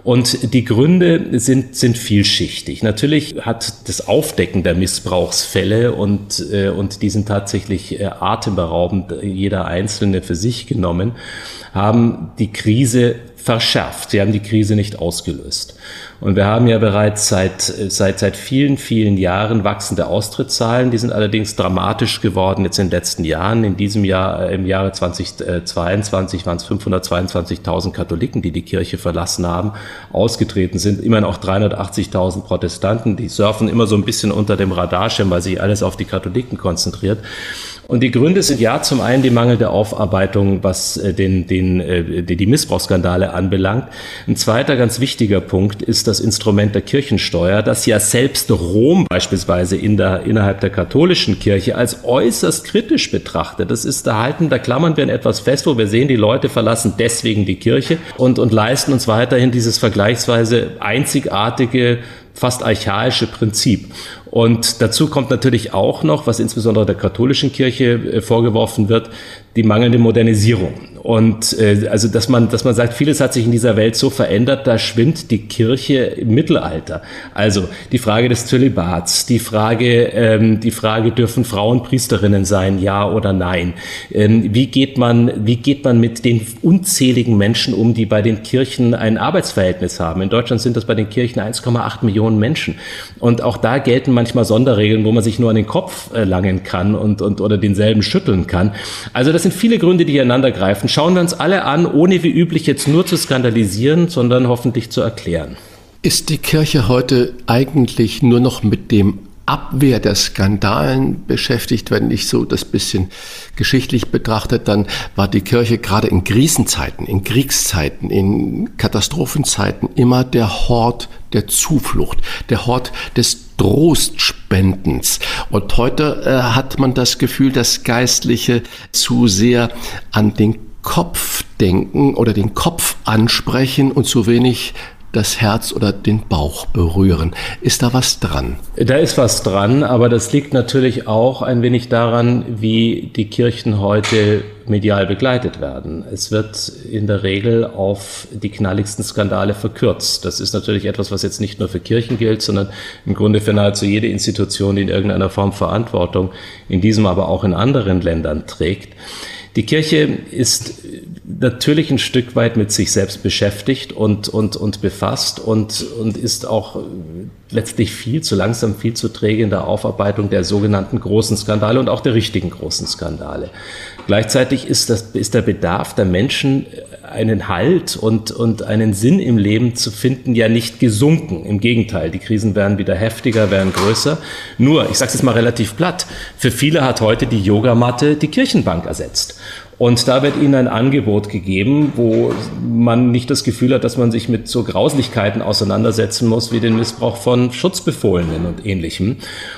Und die Gründe sind, sind vielschichtig. Natürlich hat das Aufdecken der Missbrauchsfälle und, äh, und die sind tatsächlich äh, atemberaubend, jeder einzelne für sich genommen, haben die Krise verschärft. Sie haben die Krise nicht ausgelöst. Und wir haben ja bereits seit, seit, seit vielen, vielen Jahren wachsende Austrittszahlen. Die sind allerdings dramatisch geworden jetzt in den letzten Jahren. In diesem Jahr, im Jahre zweitausendzweiundzwanzig waren es fünfhundertzweiundzwanzigtausend Katholiken, die die Kirche verlassen haben, ausgetreten sind. Immerhin auch dreihundertachtzigtausend Protestanten. Die surfen immer so ein bisschen unter dem Radarschirm, weil sich alles auf die Katholiken konzentriert. Und die Gründe sind ja zum einen die mangelnde Aufarbeitung, was den, den, die, die Missbrauchsskandale anbelangt. Ein zweiter ganz wichtiger Punkt ist das Instrument der Kirchensteuer, das ja selbst Rom beispielsweise in der, innerhalb der katholischen Kirche als äußerst kritisch betrachtet. Das ist erhalten, da klammern wir an etwas fest, wo wir sehen, die Leute verlassen deswegen die Kirche und, und leisten uns weiterhin dieses vergleichsweise einzigartige, fast archaische Prinzip. Und dazu kommt natürlich auch noch, was insbesondere der katholischen Kirche vorgeworfen wird, die mangelnde Modernisierung. Und äh, also, dass man, dass man sagt, vieles hat sich in dieser Welt so verändert, da schwimmt die Kirche im Mittelalter. Also die Frage des Zölibats, die Frage, ähm, die Frage, dürfen Frauen Priesterinnen sein, ja oder nein? Ähm, wie geht man, wie geht man mit den unzähligen Menschen um, die bei den Kirchen ein Arbeitsverhältnis haben? In Deutschland sind das bei den Kirchen eins Komma acht Millionen Menschen. Und auch da gelten manchmal Sonderregeln, wo man sich nur an den Kopf äh, langen kann und, und oder denselben schütteln kann. Also das sind viele Gründe, die ineinander greifen. Schauen wir uns alle an, ohne wie üblich jetzt nur zu skandalisieren, sondern hoffentlich zu erklären. Ist die Kirche heute eigentlich nur noch mit dem Abwehr der Skandalen beschäftigt? Wenn ich so das bisschen geschichtlich betrachte, dann war die Kirche gerade in Krisenzeiten, in Kriegszeiten, in Katastrophenzeiten immer der Hort der Zuflucht, der Hort des Trostspendens. Und heute äh, hat man das Gefühl, dass Geistliche zu sehr an den Kopf denken oder den Kopf ansprechen und zu wenig das Herz oder den Bauch berühren. Ist da was dran? Da ist was dran, aber das liegt natürlich auch ein wenig daran, wie die Kirchen heute medial begleitet werden. Es wird in der Regel auf die knalligsten Skandale verkürzt. Das ist natürlich etwas, was jetzt nicht nur für Kirchen gilt, sondern im Grunde für nahezu jede Institution, die in irgendeiner Form Verantwortung in diesem, aber auch in anderen Ländern trägt. Die Kirche ist natürlich ein Stück weit mit sich selbst beschäftigt und, und, und befasst und, und ist auch letztlich viel zu langsam, viel zu träge in der Aufarbeitung der sogenannten großen Skandale und auch der richtigen großen Skandale. Gleichzeitig ist, das, ist der Bedarf der Menschen, einen Halt und, und einen Sinn im Leben zu finden, ja nicht gesunken. Im Gegenteil, die Krisen werden wieder heftiger, werden größer. Nur, ich sage es jetzt mal relativ platt, für viele hat heute die Yogamatte die Kirchenbank ersetzt. Und da wird ihnen ein Angebot gegeben, wo man nicht das Gefühl hat, dass man sich mit so Grauslichkeiten auseinandersetzen muss, wie den Missbrauch von Schutzbefohlenen und Ähnlichem.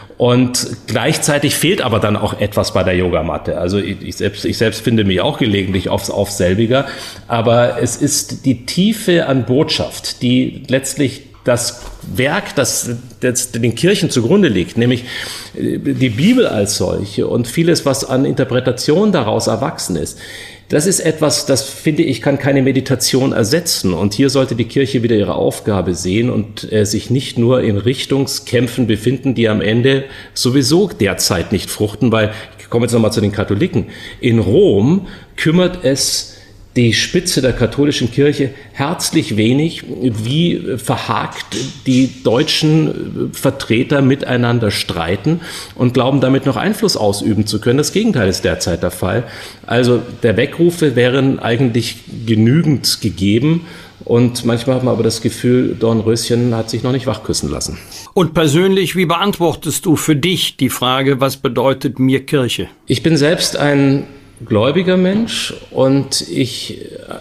Und gleichzeitig fehlt aber dann auch etwas bei der Yogamatte. Also ich, ich, selbst, ich selbst finde mich auch gelegentlich aufs, auf selbiger. Aber es ist die Tiefe an Botschaft, die letztlich das Werk, das, das den Kirchen zugrunde liegt, nämlich die Bibel als solche und vieles, was an Interpretation daraus erwachsen ist. Das ist etwas, das finde ich, kann keine Meditation ersetzen. Und hier sollte die Kirche wieder ihre Aufgabe sehen und äh, sich nicht nur in Richtungskämpfen befinden, die am Ende sowieso derzeit nicht fruchten, weil, ich komme jetzt nochmal zu den Katholiken, in Rom kümmert es die Spitze der katholischen Kirche herzlich wenig, wie verhakt die deutschen Vertreter miteinander streiten und glauben, damit noch Einfluss ausüben zu können. Das Gegenteil ist derzeit der Fall. Also der Weckrufe wären eigentlich genügend gegeben. Und manchmal hat man aber das Gefühl, Dornröschen hat sich noch nicht wachküssen lassen. Und persönlich, wie beantwortest du für dich die Frage, was bedeutet mir Kirche? Ich bin selbst ein gläubiger Mensch und ich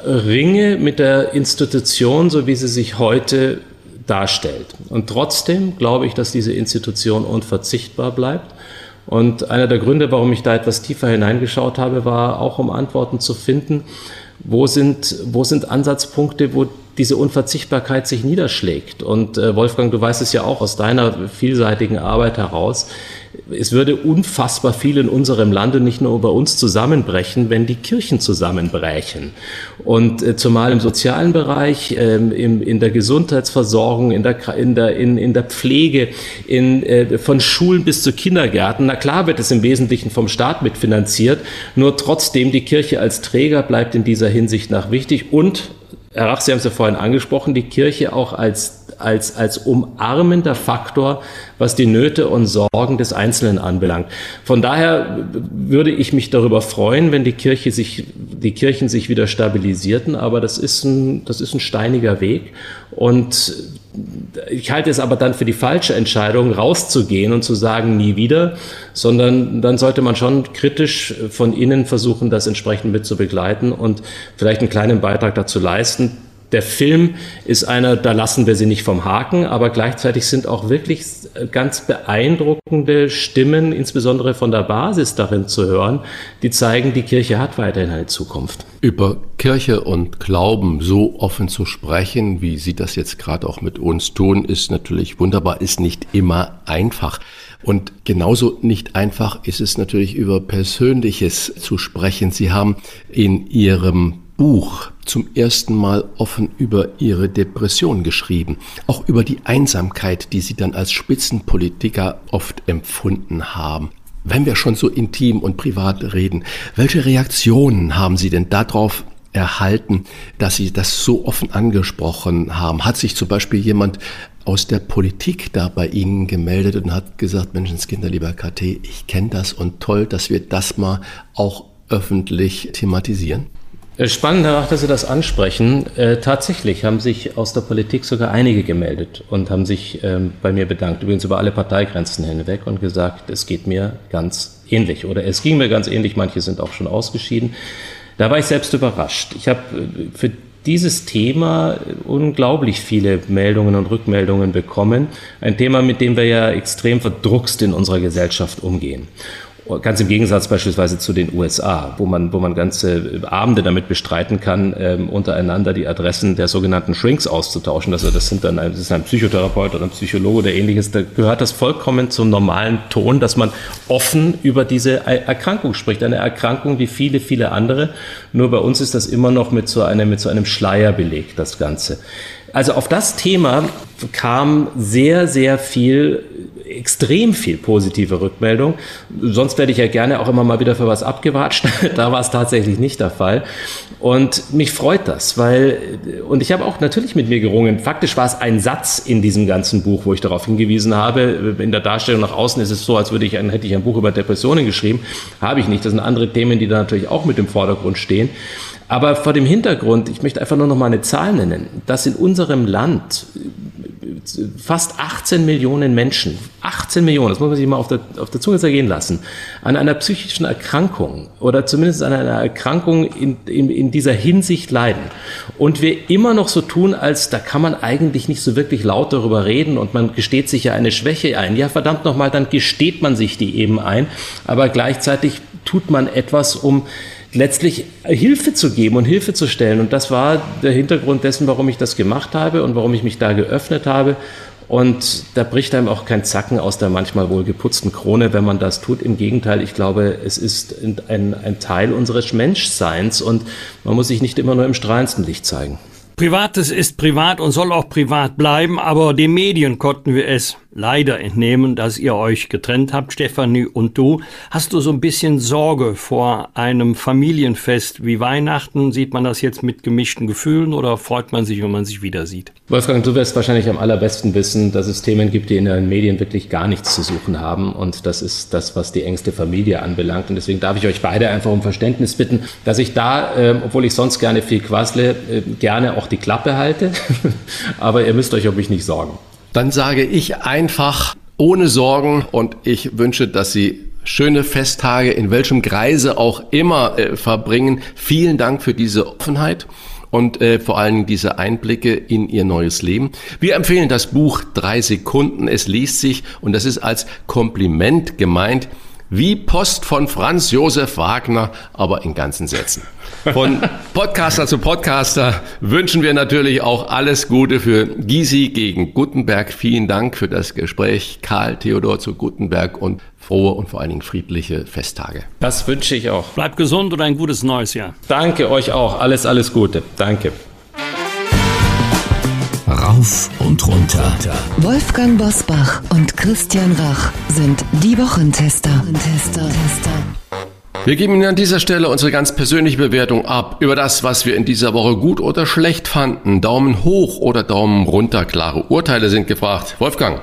ringe mit der Institution, so wie sie sich heute darstellt. Und trotzdem glaube ich, dass diese Institution unverzichtbar bleibt. Und einer der Gründe, warum ich da etwas tiefer hineingeschaut habe, war auch, um Antworten zu finden, wo sind, wo sind Ansatzpunkte, wo diese Unverzichtbarkeit sich niederschlägt. Und äh, Wolfgang, du weißt es ja auch aus deiner vielseitigen Arbeit heraus, es würde unfassbar viel in unserem Lande nicht nur bei uns zusammenbrechen, wenn die Kirchen zusammenbrechen. Und äh, zumal im sozialen Bereich, äh, im, in der Gesundheitsversorgung, in der, in der, in, in der Pflege, in, äh, von Schulen bis zu Kindergärten. Na klar wird es im Wesentlichen vom Staat mitfinanziert, nur trotzdem die Kirche als Träger bleibt in dieser Hinsicht nach wichtig. Und, Herr Rach, Sie haben es ja vorhin angesprochen, die Kirche auch als als, als umarmender Faktor, was die Nöte und Sorgen des Einzelnen anbelangt. Von daher würde ich mich darüber freuen, wenn die Kirche sich, die Kirchen sich wieder stabilisierten, aber das ist ein, das ist ein steiniger Weg. Und ich halte es aber dann für die falsche Entscheidung, rauszugehen und zu sagen, nie wieder, sondern dann sollte man schon kritisch von innen versuchen, das entsprechend mit zu begleiten und vielleicht einen kleinen Beitrag dazu leisten. Der Film ist einer, da lassen wir sie nicht vom Haken, aber gleichzeitig sind auch wirklich ganz beeindruckende Stimmen, insbesondere von der Basis darin zu hören, die zeigen, die Kirche hat weiterhin eine Zukunft. Über Kirche und Glauben so offen zu sprechen, wie Sie das jetzt gerade auch mit uns tun, ist natürlich wunderbar, ist nicht immer einfach. Und genauso nicht einfach ist es natürlich über Persönliches zu sprechen. Sie haben in Ihrem Buch zum ersten Mal offen über Ihre Depression geschrieben, auch über die Einsamkeit, die Sie dann als Spitzenpolitiker oft empfunden haben. Wenn wir schon so intim und privat reden, welche Reaktionen haben Sie denn darauf erhalten, dass Sie das so offen angesprochen haben? Hat sich zum Beispiel jemand aus der Politik da bei Ihnen gemeldet und hat gesagt, Menschenskinder, lieber K T, ich kenne das und toll, dass wir das mal auch öffentlich thematisieren? Spannend, Herr Rach, dass Sie das ansprechen. Äh, tatsächlich haben sich aus der Politik sogar einige gemeldet und haben sich ähm, bei mir bedankt, übrigens über alle Parteigrenzen hinweg und gesagt, es geht mir ganz ähnlich oder es ging mir ganz ähnlich, manche sind auch schon ausgeschieden. Da war ich selbst überrascht. Ich habe für dieses Thema unglaublich viele Meldungen und Rückmeldungen bekommen. Ein Thema, mit dem wir ja extrem verdruckst in unserer Gesellschaft umgehen. Ganz im Gegensatz beispielsweise zu den U S A, wo man, wo man ganze Abende damit bestreiten kann, ähm, untereinander die Adressen der sogenannten Shrinks auszutauschen. Also das sind dann ein, das ist ein Psychotherapeut oder ein Psychologe oder ähnliches. Da gehört das vollkommen zum normalen Ton, dass man offen über diese Erkrankung spricht. Eine Erkrankung wie viele, viele andere. Nur bei uns ist das immer noch mit so einem, mit so einem Schleier belegt, das Ganze. Also auf das Thema kam sehr, sehr viel, extrem viel positive Rückmeldung. Sonst werde ich ja gerne auch immer mal wieder für was abgewatscht. Da war es tatsächlich nicht der Fall. Und mich freut das, weil, und ich habe auch natürlich mit mir gerungen. Faktisch war es ein Satz in diesem ganzen Buch, wo ich darauf hingewiesen habe. In der Darstellung nach außen ist es so, als würde ich ein, hätte ich ein Buch über Depressionen geschrieben. Habe ich nicht. Das sind andere Themen, die da natürlich auch mit im Vordergrund stehen. Aber vor dem Hintergrund, ich möchte einfach nur noch mal eine Zahl nennen, dass in unserem Land fast achtzehn Millionen Menschen, achtzehn Millionen, das muss man sich mal auf der, auf der Zunge zergehen lassen, an einer psychischen Erkrankung oder zumindest an einer Erkrankung in, in, in dieser Hinsicht leiden. Und wir immer noch so tun, als da kann man eigentlich nicht so wirklich laut darüber reden und man gesteht sich ja eine Schwäche ein. Ja, verdammt nochmal, dann gesteht man sich die eben ein, aber gleichzeitig tut man etwas, um letztlich Hilfe zu geben und Hilfe zu stellen. Und das war der Hintergrund dessen, warum ich das gemacht habe und warum ich mich da geöffnet habe. Und da bricht einem auch kein Zacken aus der manchmal wohl geputzten Krone, wenn man das tut. Im Gegenteil, ich glaube, es ist ein, ein Teil unseres Menschseins und man muss sich nicht immer nur im strahlendsten Licht zeigen. Privates ist privat und soll auch privat bleiben, aber den Medien konnten wir es leider entnehmen, dass ihr euch getrennt habt, Stefanie und du. Hast du so ein bisschen Sorge vor einem Familienfest wie Weihnachten? Sieht man das jetzt mit gemischten Gefühlen oder freut man sich, wenn man sich wieder sieht? Wolfgang, du wirst wahrscheinlich am allerbesten wissen, dass es Themen gibt, die in den Medien wirklich gar nichts zu suchen haben. Und das ist das, was die engste Familie anbelangt. Und deswegen darf ich euch beide einfach um Verständnis bitten, dass ich da, äh, obwohl ich sonst gerne viel quassle, äh, gerne auch die Klappe halte. Aber ihr müsst euch um mich nicht sorgen. Dann sage ich einfach ohne Sorgen und ich wünsche, dass Sie schöne Festtage in welchem Kreise auch immer äh, verbringen. Vielen Dank für diese Offenheit und äh, vor allem diese Einblicke in Ihr neues Leben. Wir empfehlen das Buch Drei Sekunden. Es liest sich und das ist als Kompliment gemeint. Wie Post von Franz Josef Wagner, aber in ganzen Sätzen. Von Podcaster zu Podcaster wünschen wir natürlich auch alles Gute für Gysi gegen Guttenberg. Vielen Dank für das Gespräch, Karl Theodor zu Guttenberg, und frohe und vor allen Dingen friedliche Festtage. Das wünsche ich auch. Bleibt gesund und ein gutes neues Jahr. Danke euch auch. Alles, alles Gute. Danke. Rauf und runter. Wolfgang Bosbach und Christian Rach sind die Wochentester. Tester. Wir geben Ihnen an dieser Stelle unsere ganz persönliche Bewertung ab über das, was wir in dieser Woche gut oder schlecht fanden. Daumen hoch oder Daumen runter. Klare Urteile sind gefragt. Wolfgang,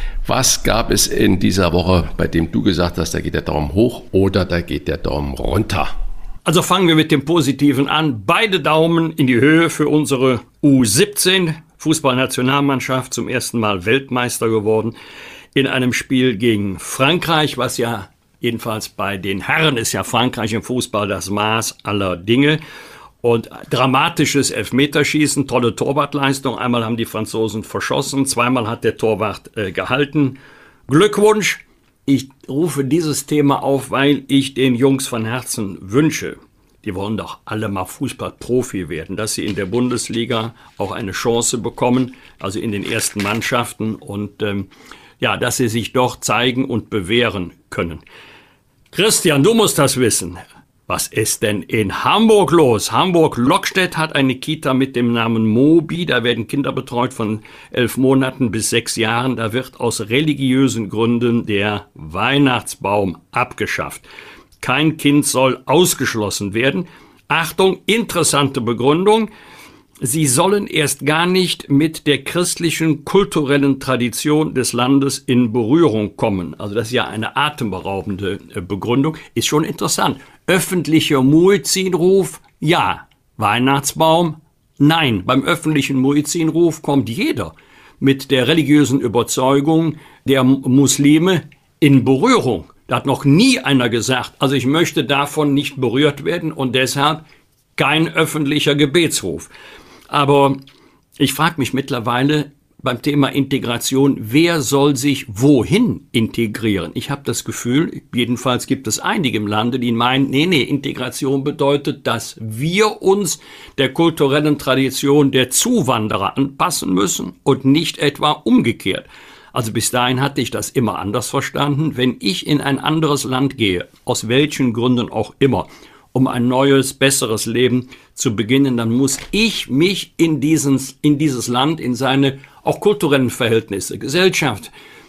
was gab es in dieser Woche, bei dem du gesagt hast, da geht der Daumen hoch oder da geht der Daumen runter? Also fangen wir mit dem Positiven an. Beide Daumen in die Höhe für unsere U siebzehn Fußballnationalmannschaft, zum ersten Mal Weltmeister geworden in einem Spiel gegen Frankreich, was ja jedenfalls bei den Herren ist ja Frankreich im Fußball das Maß aller Dinge. Und dramatisches Elfmeterschießen, tolle Torwartleistung. Einmal haben die Franzosen verschossen, zweimal hat der Torwart äh, gehalten. Glückwunsch! Ich rufe dieses Thema auf, weil ich den Jungs von Herzen wünsche, die wollen doch alle mal Fußballprofi werden, dass sie in der Bundesliga auch eine Chance bekommen, also in den ersten Mannschaften, und ähm, ja, dass sie sich doch zeigen und bewähren können. Christian, du musst das wissen. Was ist denn in Hamburg los? Hamburg-Lockstedt hat eine Kita mit dem Namen Mobi. Da werden Kinder betreut von elf Monaten bis sechs Jahren. Da wird aus religiösen Gründen der Weihnachtsbaum abgeschafft. Kein Kind soll ausgeschlossen werden. Achtung, interessante Begründung. Sie sollen erst gar nicht mit der christlichen kulturellen Tradition des Landes in Berührung kommen. Also das ist ja eine atemberaubende Begründung. Ist schon interessant. Öffentlicher Muezzinruf, ja. Weihnachtsbaum, nein. Beim öffentlichen Muezzinruf kommt jeder mit der religiösen Überzeugung der Muslime in Berührung. Da hat noch nie einer gesagt, also ich möchte davon nicht berührt werden und deshalb kein öffentlicher Gebetsruf. Aber ich frage mich mittlerweile beim Thema Integration, wer soll sich wohin integrieren? Ich habe das Gefühl, jedenfalls gibt es einige im Lande, die meinen, nee, nee, Integration bedeutet, dass wir uns der kulturellen Tradition der Zuwanderer anpassen müssen und nicht etwa umgekehrt. Also bis dahin hatte ich das immer anders verstanden. Wenn ich in ein anderes Land gehe, aus welchen Gründen auch immer, um ein neues, besseres Leben zu beginnen, dann muss ich mich in, diesen, in dieses Land, in seine auch kulturellen Verhältnisse, Gesellschaft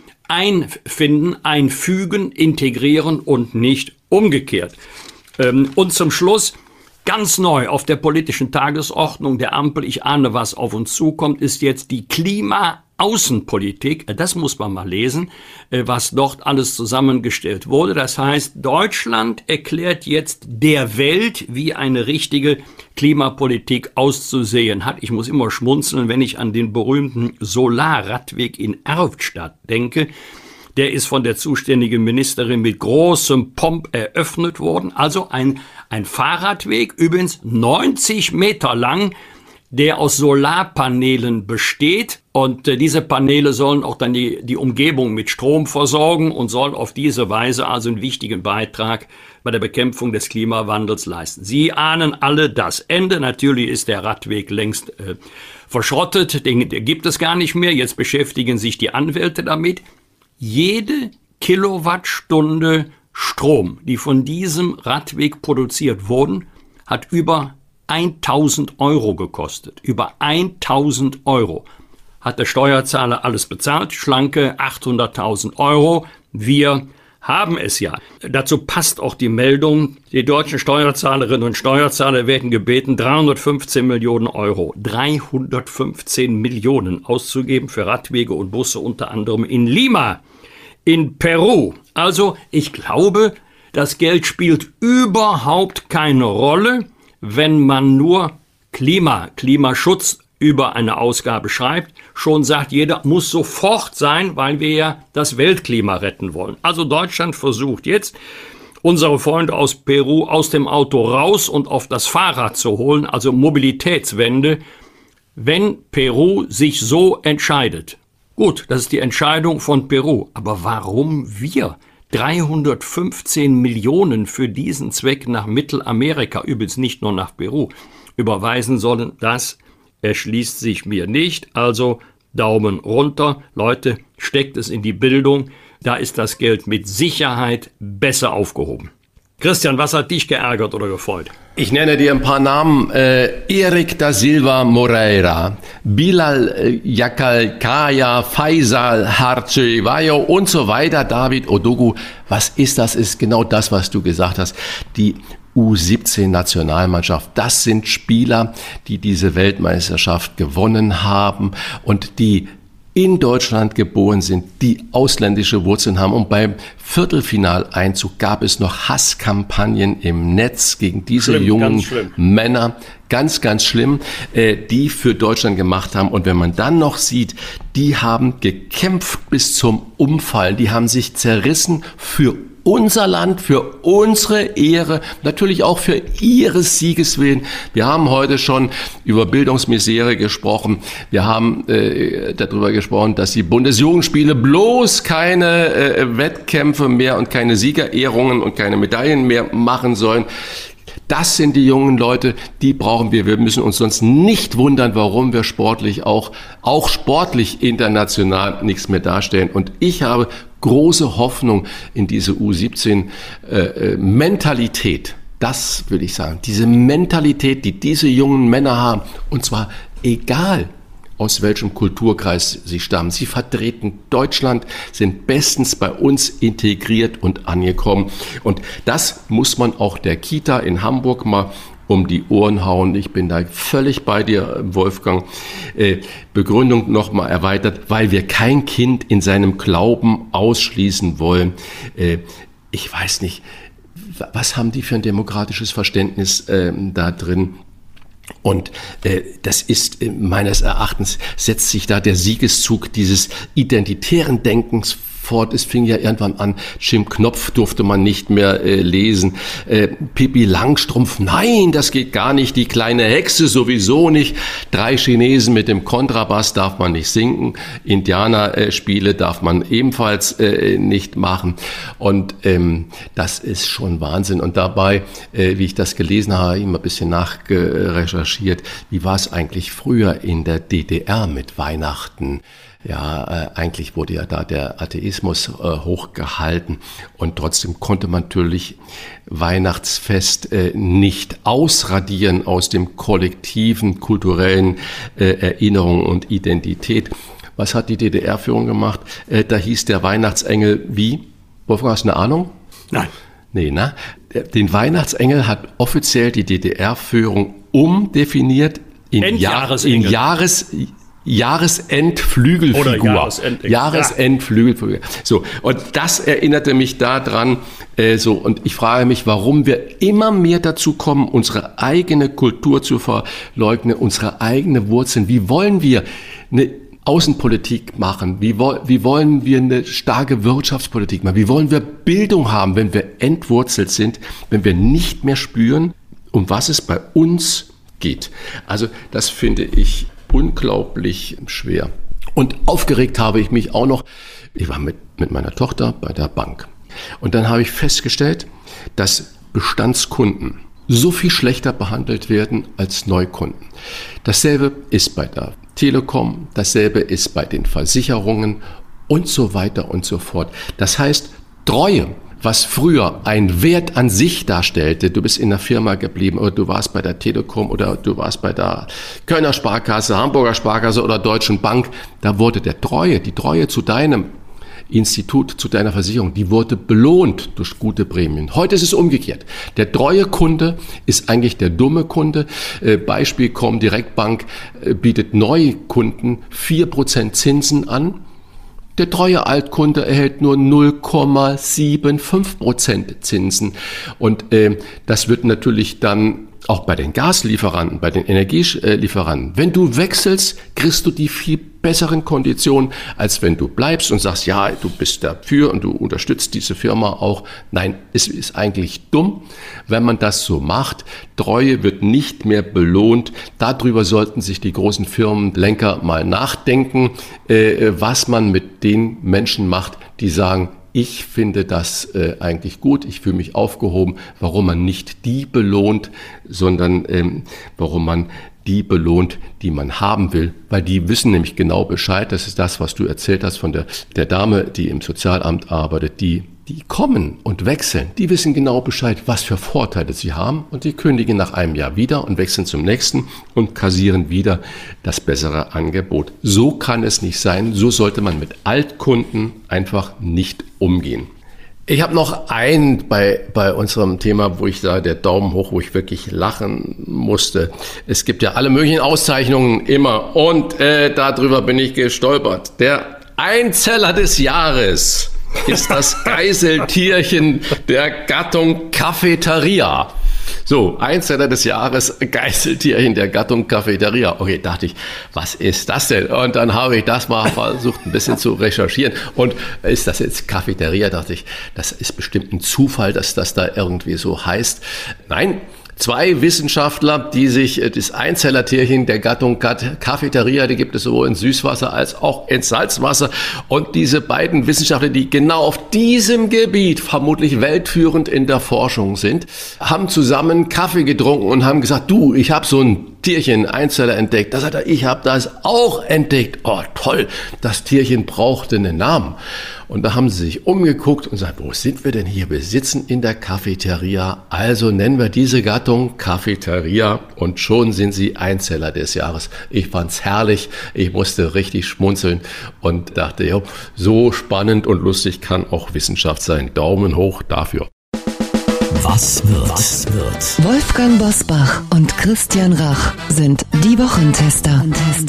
einfinden, einfügen, integrieren und nicht umgekehrt. Und zum Schluss, ganz neu auf der politischen Tagesordnung der Ampel, ich ahne, was auf uns zukommt, ist jetzt die Klima-Außenpolitik. Das muss man mal lesen, was dort alles zusammengestellt wurde. Das heißt, Deutschland erklärt jetzt der Welt, wie eine richtige Klimapolitik auszusehen hat. Ich muss immer schmunzeln, wenn ich an den berühmten Solarradweg in Erftstadt denke. Der ist von der zuständigen Ministerin mit großem Pomp eröffnet worden. Also ein, ein Fahrradweg, übrigens neunzig Meter lang, der aus Solarpanelen besteht. Und äh, diese Paneele sollen auch dann die, die Umgebung mit Strom versorgen und sollen auf diese Weise also einen wichtigen Beitrag bei der Bekämpfung des Klimawandels leisten. Sie ahnen alle das Ende. Natürlich ist der Radweg längst äh, verschrottet, den, den gibt es gar nicht mehr. Jetzt beschäftigen sich die Anwälte damit. Jede Kilowattstunde Strom, die von diesem Radweg produziert wurden, hat über tausend Euro gekostet. Über tausend Euro hat der Steuerzahler alles bezahlt. Schlanke achthunderttausend Euro. Wir haben es ja. Dazu passt auch die Meldung, die deutschen Steuerzahlerinnen und Steuerzahler werden gebeten, dreihundertfünfzehn Millionen Euro, dreihundertfünfzehn Millionen auszugeben für Radwege und Busse, unter anderem in Lima, in Peru. Also ich glaube, das Geld spielt überhaupt keine Rolle, wenn man nur Klima, Klimaschutz über eine Ausgabe schreibt. Schon sagt jeder, muss sofort sein, weil wir ja das Weltklima retten wollen. Also Deutschland versucht jetzt, unsere Freunde aus Peru aus dem Auto raus und auf das Fahrrad zu holen, also Mobilitätswende, wenn Peru sich so entscheidet. Gut, das ist die Entscheidung von Peru. Aber warum wir? dreihundertfünfzehn Millionen für diesen Zweck nach Mittelamerika, übrigens nicht nur nach Peru, überweisen sollen. Das erschließt sich mir nicht. Also Daumen runter. Leute, steckt es in die Bildung. Da ist das Geld mit Sicherheit besser aufgehoben. Christian, was hat dich geärgert oder gefreut? Ich nenne dir ein paar Namen. Äh, Erik da Silva Moreira, Bilal äh, Yakalkaya, Faisal Harcevayo und so weiter, David Odogu. Was ist das? Ist genau das, was du gesagt hast. Die U siebzehn Nationalmannschaft, das sind Spieler, die diese Weltmeisterschaft gewonnen haben und die in Deutschland geboren sind, die ausländische Wurzeln haben. Und beim Viertelfinaleinzug gab es noch Hasskampagnen im Netz gegen diese schlimm, jungen Männer. Ganz, ganz schlimm, äh, die für Deutschland gemacht haben. Und wenn man dann noch sieht, die haben gekämpft bis zum Umfallen. Die haben sich zerrissen für unser Land, für unsere Ehre, natürlich auch für ihres Sieges willen. Wir haben heute schon über Bildungsmisere gesprochen. Wir haben äh, darüber gesprochen, dass die Bundesjugendspiele bloß keine äh, Wettkämpfe mehr und keine Siegerehrungen und keine Medaillen mehr machen sollen. Das sind die jungen Leute, die brauchen wir. Wir müssen uns sonst nicht wundern, warum wir sportlich auch, auch sportlich international nichts mehr darstellen. Und ich habe große Hoffnung in diese U siebzehn äh, Mentalität. Das will ich sagen. Diese Mentalität, die diese jungen Männer haben. Und zwar egal, aus welchem Kulturkreis sie stammen. Sie vertreten Deutschland, sind bestens bei uns integriert und angekommen. Und das muss man auch der Kita in Hamburg mal um die Ohren hauen. Ich bin da völlig bei dir, Wolfgang. Äh, Begründung nochmal erweitert, weil wir kein Kind in seinem Glauben ausschließen wollen. Äh, ich weiß nicht, was haben die für ein demokratisches Verständnis äh, da drin? Und äh, das ist äh, meines Erachtens, setzt sich da der Siegeszug dieses identitären Denkens fort. Es fing ja irgendwann an, Jim Knopf durfte man nicht mehr äh, lesen, äh, Pippi Langstrumpf, nein, das geht gar nicht, die kleine Hexe sowieso nicht, drei Chinesen mit dem Kontrabass darf man nicht singen, Indianerspiele äh, darf man ebenfalls äh, nicht machen und ähm, das ist schon Wahnsinn. Und dabei, äh, wie ich das gelesen habe, immer ein bisschen nachrecherchiert, wie war es eigentlich früher in der D D R mit Weihnachten? Ja, äh, eigentlich wurde ja da der Atheismus äh, hochgehalten und trotzdem konnte man natürlich Weihnachtsfest äh, nicht ausradieren aus dem kollektiven kulturellen äh, Erinnerung und Identität. Was hat die D D R-Führung gemacht? Äh, da hieß der Weihnachtsengel wie? Wolfgang, hast du eine Ahnung? Nein. Nee, ne? Den Weihnachtsengel hat offiziell die D D R-Führung umdefiniert in, Jahr, in Jahres... Jahresendflügelfigur. Oder Jahresend Jahresendflügelfigur. So, und das erinnerte mich daran, äh, so, und ich frage mich, warum wir immer mehr dazu kommen, unsere eigene Kultur zu verleugnen, unsere eigene Wurzeln. Wie wollen wir eine Außenpolitik machen? Wie, wo, wie wollen wir eine starke Wirtschaftspolitik machen? Wie wollen wir Bildung haben, wenn wir entwurzelt sind, wenn wir nicht mehr spüren, um was es bei uns geht? Also, das finde ich unglaublich schwer. Und aufgeregt habe ich mich auch noch, ich war mit, mit meiner Tochter bei der Bank. Und dann habe ich festgestellt, dass Bestandskunden so viel schlechter behandelt werden als Neukunden. Dasselbe ist bei der Telekom, dasselbe ist bei den Versicherungen und so weiter und so fort. Das heißt, Treue, was früher ein Wert an sich darstellte, du bist in der Firma geblieben oder du warst bei der Telekom oder du warst bei der Kölner Sparkasse, Hamburger Sparkasse oder Deutschen Bank, da wurde der Treue, die Treue zu deinem Institut, zu deiner Versicherung, die wurde belohnt durch gute Prämien. Heute ist es umgekehrt. Der treue Kunde ist eigentlich der dumme Kunde. Äh, Beispiel Comdirect-Bank äh, bietet Neukunden vier Prozent Zinsen an. Der treue Altkunde erhält nur null Komma fünfundsiebzig Prozent Zinsen. Und äh, das wird natürlich dann auch bei den Gaslieferanten, bei den Energielieferanten. Wenn du wechselst, kriegst du die viel besseren Konditionen, als wenn du bleibst und sagst, ja, du bist dafür und du unterstützt diese Firma auch. Nein, es ist eigentlich dumm, wenn man das so macht. Treue wird nicht mehr belohnt. Darüber sollten sich die großen Firmenlenker mal nachdenken, äh, was man mit den Menschen macht, die sagen, Ich finde das äh, eigentlich gut. Ich fühle mich aufgehoben, warum man nicht die belohnt, sondern ähm, warum man die belohnt, die man haben will, weil die wissen nämlich genau Bescheid. Das ist das, was du erzählt hast von der, der Dame, die im Sozialamt arbeitet, die Die kommen und wechseln, die wissen genau Bescheid, was für Vorteile sie haben, und die kündigen nach einem Jahr wieder und wechseln zum nächsten und kassieren wieder das bessere Angebot. So kann es nicht sein, so sollte man mit Altkunden einfach nicht umgehen. Ich habe noch ein bei, bei unserem Thema, wo ich da der Daumen hoch, wo ich wirklich lachen musste. Es gibt ja alle möglichen Auszeichnungen immer, und äh, darüber bin ich gestolpert. Der Einzeller des Jahres ist das Geißeltierchen der Gattung Cafeteria. So, Einzeller des Jahres, Geißeltierchen der Gattung Cafeteria. Okay, dachte ich, was ist das denn? Und dann habe ich das mal versucht, ein bisschen zu recherchieren. Und ist das jetzt Cafeteria? Dachte ich, das ist bestimmt ein Zufall, dass das da irgendwie so heißt. Nein. Zwei Wissenschaftler, die sich das Einzellertierchen der Gattung Cafeteria, die gibt es sowohl in Süßwasser als auch in Salzwasser. Und diese beiden Wissenschaftler, die genau auf diesem Gebiet vermutlich weltführend in der Forschung sind, haben zusammen Kaffee getrunken und haben gesagt, du, ich habe so ein Tierchen, Einzeller entdeckt. Da sagt er, ich habe das auch entdeckt. Oh, toll, das Tierchen brauchte einen Namen. Und da haben sie sich umgeguckt und gesagt, wo sind wir denn hier? Wir sitzen in der Cafeteria, also nennen wir diese Gattung Cafeteria, und schon sind sie Einzeller des Jahres. Ich fand's herrlich, ich musste richtig schmunzeln und dachte, jo, so spannend und lustig kann auch Wissenschaft sein. Daumen hoch dafür. Was wird? Was wird? Wolfgang Bosbach und Christian Rach sind die Wochentester.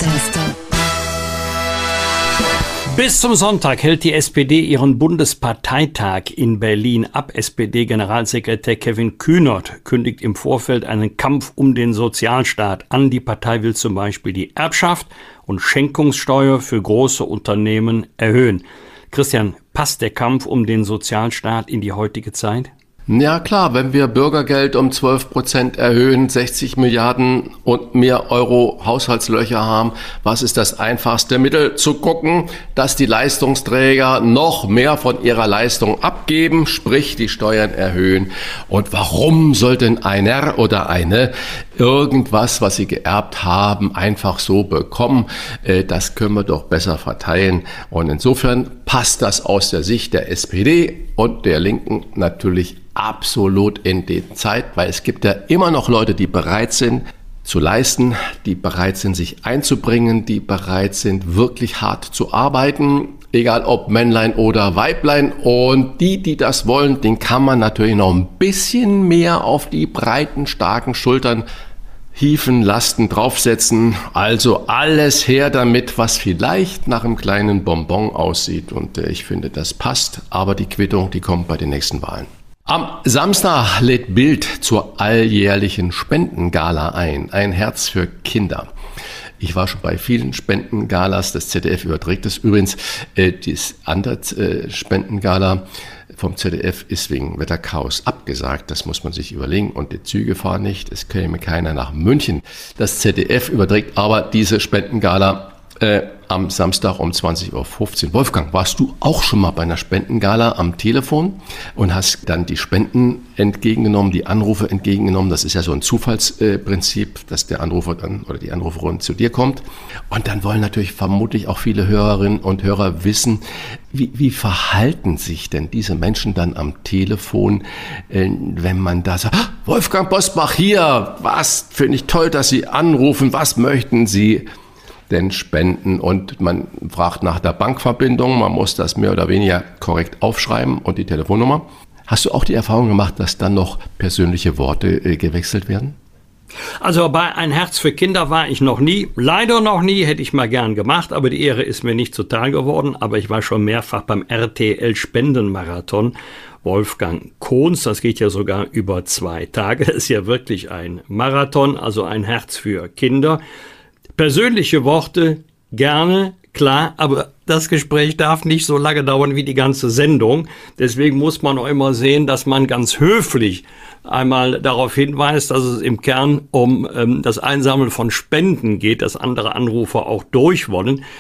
Bis zum Sonntag hält die S P D ihren Bundesparteitag in Berlin ab. S P D-Generalsekretär Kevin Kühnert kündigt im Vorfeld einen Kampf um den Sozialstaat an. Die Partei will zum Beispiel die Erbschaft und Schenkungssteuer für große Unternehmen erhöhen. Christian, passt der Kampf um den Sozialstaat in die heutige Zeit? Ja klar, wenn wir Bürgergeld um zwölf Prozent erhöhen, sechzig Milliarden und mehr Euro Haushaltslöcher haben, was ist das einfachste Mittel? Zu gucken, dass die Leistungsträger noch mehr von ihrer Leistung abgeben, sprich die Steuern erhöhen. Und warum soll denn einer oder eine irgendwas, was sie geerbt haben, einfach so bekommen? Das können wir doch besser verteilen. Und insofern passt das aus der Sicht der S P D und der Linken natürlich absolut in die Zeit, weil es gibt ja immer noch Leute, die bereit sind zu leisten, die bereit sind, sich einzubringen, die bereit sind, wirklich hart zu arbeiten, egal ob Männlein oder Weiblein. Und die, die das wollen, den kann man natürlich noch ein bisschen mehr auf die breiten, starken Schultern hieven, Lasten draufsetzen. Also alles her damit, was vielleicht nach einem kleinen Bonbon aussieht. Und äh, ich finde, das passt. Aber die Quittung, die kommt bei den nächsten Wahlen. Am Samstag lädt Bild zur alljährlichen Spendengala ein. Ein Herz für Kinder. Ich war schon bei vielen Spendengalas. Das Z D F überträgt es übrigens. Äh, das andere äh, Spendengala vom Z D F ist wegen Wetterchaos abgesagt. Das muss man sich überlegen. Und die Züge fahren nicht. Es käme keiner nach München. Das Z D F überträgt aber diese Spendengala äh, am Samstag um zwanzig Uhr fünfzehn. Wolfgang, warst du auch schon mal bei einer Spendengala am Telefon und hast dann die Spenden entgegengenommen, die Anrufe entgegengenommen? Das ist ja so ein Zufallsprinzip, äh, dass der Anrufer dann oder die Anruferin zu dir kommt. Und dann wollen natürlich vermutlich auch viele Hörerinnen und Hörer wissen, wie, wie verhalten sich denn diese Menschen dann am Telefon, äh, wenn man da sagt, ah, Wolfgang Bosbach hier, was, finde ich toll, dass Sie anrufen, was möchten Sie denn spenden? Und man fragt nach der Bankverbindung, man muss das mehr oder weniger korrekt aufschreiben und die Telefonnummer. Hast du auch die Erfahrung gemacht, dass dann noch persönliche Worte äh, gewechselt werden? Also bei Ein Herz für Kinder war ich noch nie, leider noch nie, hätte ich mal gern gemacht, aber die Ehre ist mir nicht zuteil geworden. Aber ich war schon mehrfach beim R T L-Spendenmarathon. Wolfgang Kohns, das geht ja sogar über zwei Tage, das ist ja wirklich ein Marathon, also ein Herz für Kinder. Persönliche Worte, gerne, klar, aber das Gespräch darf nicht so lange dauern wie die ganze Sendung. Deswegen muss man auch immer sehen, dass man ganz höflich einmal darauf hinweist, dass es im Kern um ähm, das Einsammeln von Spenden geht, dass andere Anrufer auch durch wollen.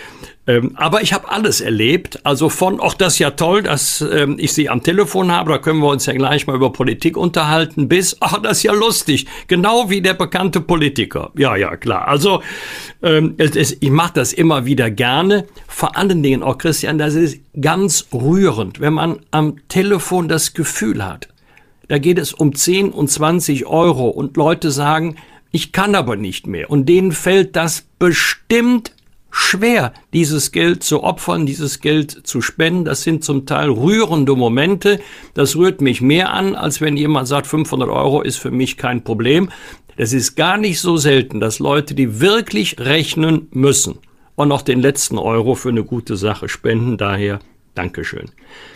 Ähm, aber ich habe alles erlebt, also von, ach, das ist ja toll, dass ähm, ich Sie am Telefon habe, da können wir uns ja gleich mal über Politik unterhalten, bis, ach, das ist ja lustig, genau wie der bekannte Politiker. Ja, ja, klar. Also ähm, es, es, ich mache das immer wieder gerne, vor allen Dingen auch, Christian, das ist ganz rührend, wenn man am Telefon das Gefühl hat, da geht es um zehn und zwanzig Euro und Leute sagen, ich kann aber nicht mehr. Und denen fällt das bestimmt schwer, dieses Geld zu opfern, dieses Geld zu spenden. Das sind zum Teil rührende Momente. Das rührt mich mehr an, als wenn jemand sagt, fünfhundert Euro ist für mich kein Problem. Es ist gar nicht so selten, dass Leute, die wirklich rechnen müssen und noch den letzten Euro für eine gute Sache spenden. Daher Dankeschön.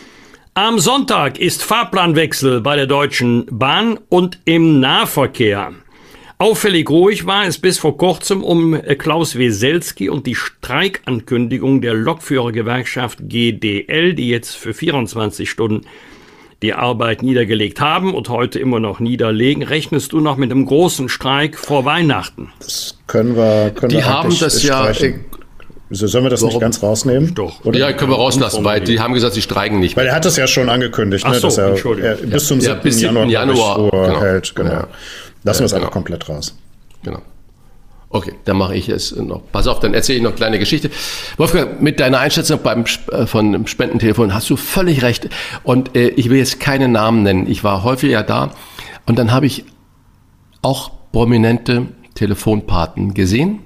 Am Sonntag ist Fahrplanwechsel bei der Deutschen Bahn und im Nahverkehr. Auffällig ruhig war es bis vor kurzem um Klaus Weselski und die Streikankündigung der Lokführergewerkschaft G D L, die jetzt für vierundzwanzig Stunden die Arbeit niedergelegt haben und heute immer noch niederlegen. Rechnest du noch mit einem großen Streik vor Weihnachten? Das können wir können Die wir haben das ja... Sollen wir das Warum? nicht ganz rausnehmen? Doch. Oder? Ja, können wir rauslassen, weil die haben gesagt, sie streiken nicht. Weil er hat das ja schon angekündigt, Ach ne, so, dass er, Entschuldigung. er bis zum Ja, siebten bis Januar, siebten Januar, Ruhe genau. hält. Genau. Ja. Lassen wir es Ja, einfach genau. komplett raus. Genau. Okay, dann mache ich es noch. Pass auf, dann erzähle ich noch eine kleine Geschichte. Wolfgang, mit deiner Einschätzung beim äh, von dem Spendentelefon hast du völlig recht. Und äh, ich will jetzt keine Namen nennen. Ich war häufiger da und dann habe ich auch prominente Telefonpaten gesehen,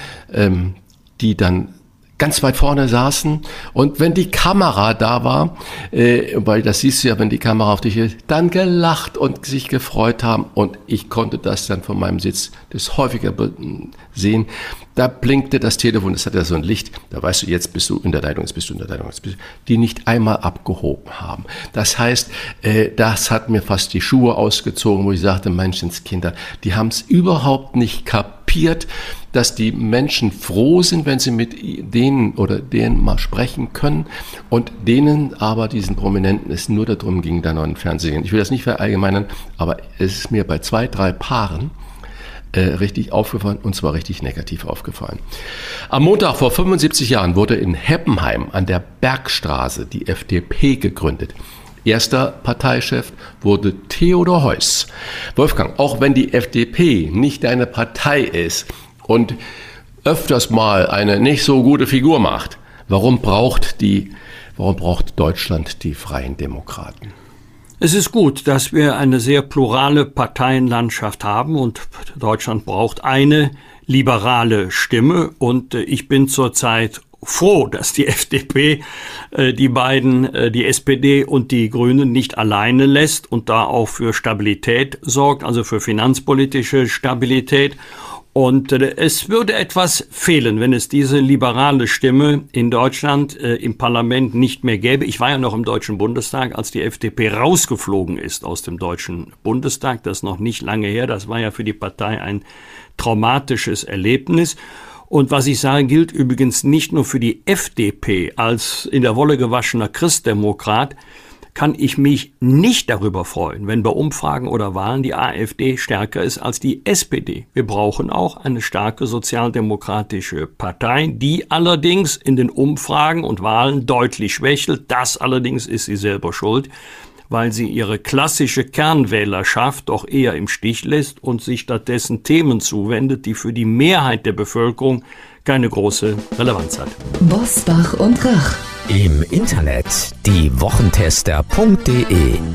ähm, die dann ganz weit vorne saßen und wenn die Kamera da war, äh, weil das siehst du ja, wenn die Kamera auf dich ist, dann gelacht und sich gefreut haben und ich konnte das dann von meinem Sitz das häufiger sehen. Da blinkte das Telefon, das hat ja so ein Licht, da weißt du, jetzt bist du in der Leitung, jetzt bist du in der Leitung, jetzt bist du, die nicht einmal abgehoben haben. Das heißt, äh, das hat mir fast die Schuhe ausgezogen, wo ich sagte, Menschenskinder, die haben es überhaupt nicht kapiert, dass die Menschen froh sind, wenn sie mit denen oder denen mal sprechen können und denen aber, diesen Prominenten, es nur darum ging, da noch einen Fernsehen. Ich will das nicht verallgemeinern, aber es ist mir bei zwei, drei Paaren äh, richtig aufgefallen und zwar richtig negativ aufgefallen. Am Montag vor fünfundsiebzig Jahren wurde in Heppenheim an der Bergstraße die F D P gegründet. Erster Parteichef wurde Theodor Heuss. Wolfgang, auch wenn die F D P nicht deine Partei ist und öfters mal eine nicht so gute Figur macht, warum braucht die, warum braucht Deutschland die Freien Demokraten? Es ist gut, dass wir eine sehr plurale Parteienlandschaft haben und Deutschland braucht eine liberale Stimme und ich bin zurzeit froh, dass die F D P äh, die beiden, äh, die S P D und die Grünen nicht alleine lässt und da auch für Stabilität sorgt, also für finanzpolitische Stabilität. Und äh, es würde etwas fehlen, wenn es diese liberale Stimme in Deutschland äh, im Parlament nicht mehr gäbe. Ich war ja noch im Deutschen Bundestag, als die F D P rausgeflogen ist aus dem Deutschen Bundestag. Das ist noch nicht lange her. Das war ja für die Partei ein traumatisches Erlebnis. Und was ich sage, gilt übrigens nicht nur für die F D P. Als in der Wolle gewaschener Christdemokrat kann ich mich nicht darüber freuen, wenn bei Umfragen oder Wahlen die AfD stärker ist als die S P D. Wir brauchen auch eine starke sozialdemokratische Partei, die allerdings in den Umfragen und Wahlen deutlich schwächelt. Das allerdings ist sie selber schuld, weil sie ihre klassische Kernwählerschaft doch eher im Stich lässt und sich stattdessen Themen zuwendet, die für die Mehrheit der Bevölkerung keine große Relevanz hat. Bosbach und Rach. Im Internet die Wochentester punkt de.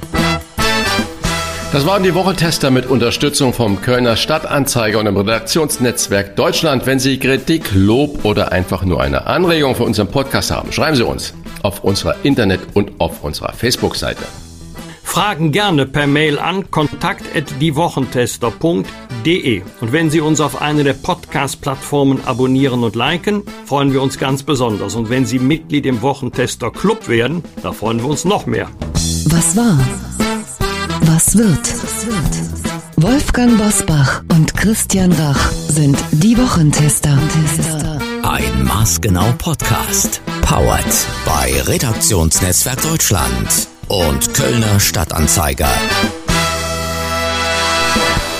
Das waren die Wochentester mit Unterstützung vom Kölner Stadtanzeiger und dem Redaktionsnetzwerk Deutschland. Wenn Sie Kritik, Lob oder einfach nur eine Anregung für unseren Podcast haben, schreiben Sie uns auf unserer Internet- und auf unserer Facebook-Seite. Fragen gerne per Mail an kontakt at diewochentester punkt de. Und wenn Sie uns auf einer der Podcast-Plattformen abonnieren und liken, freuen wir uns ganz besonders. Und wenn Sie Mitglied im Wochentester Club werden, da freuen wir uns noch mehr. Was war? Was wird? Wolfgang Bosbach und Christian Rach sind die Wochentester. Ein maßgenau Podcast. Powered bei Redaktionsnetzwerk Deutschland und Kölner Stadtanzeiger.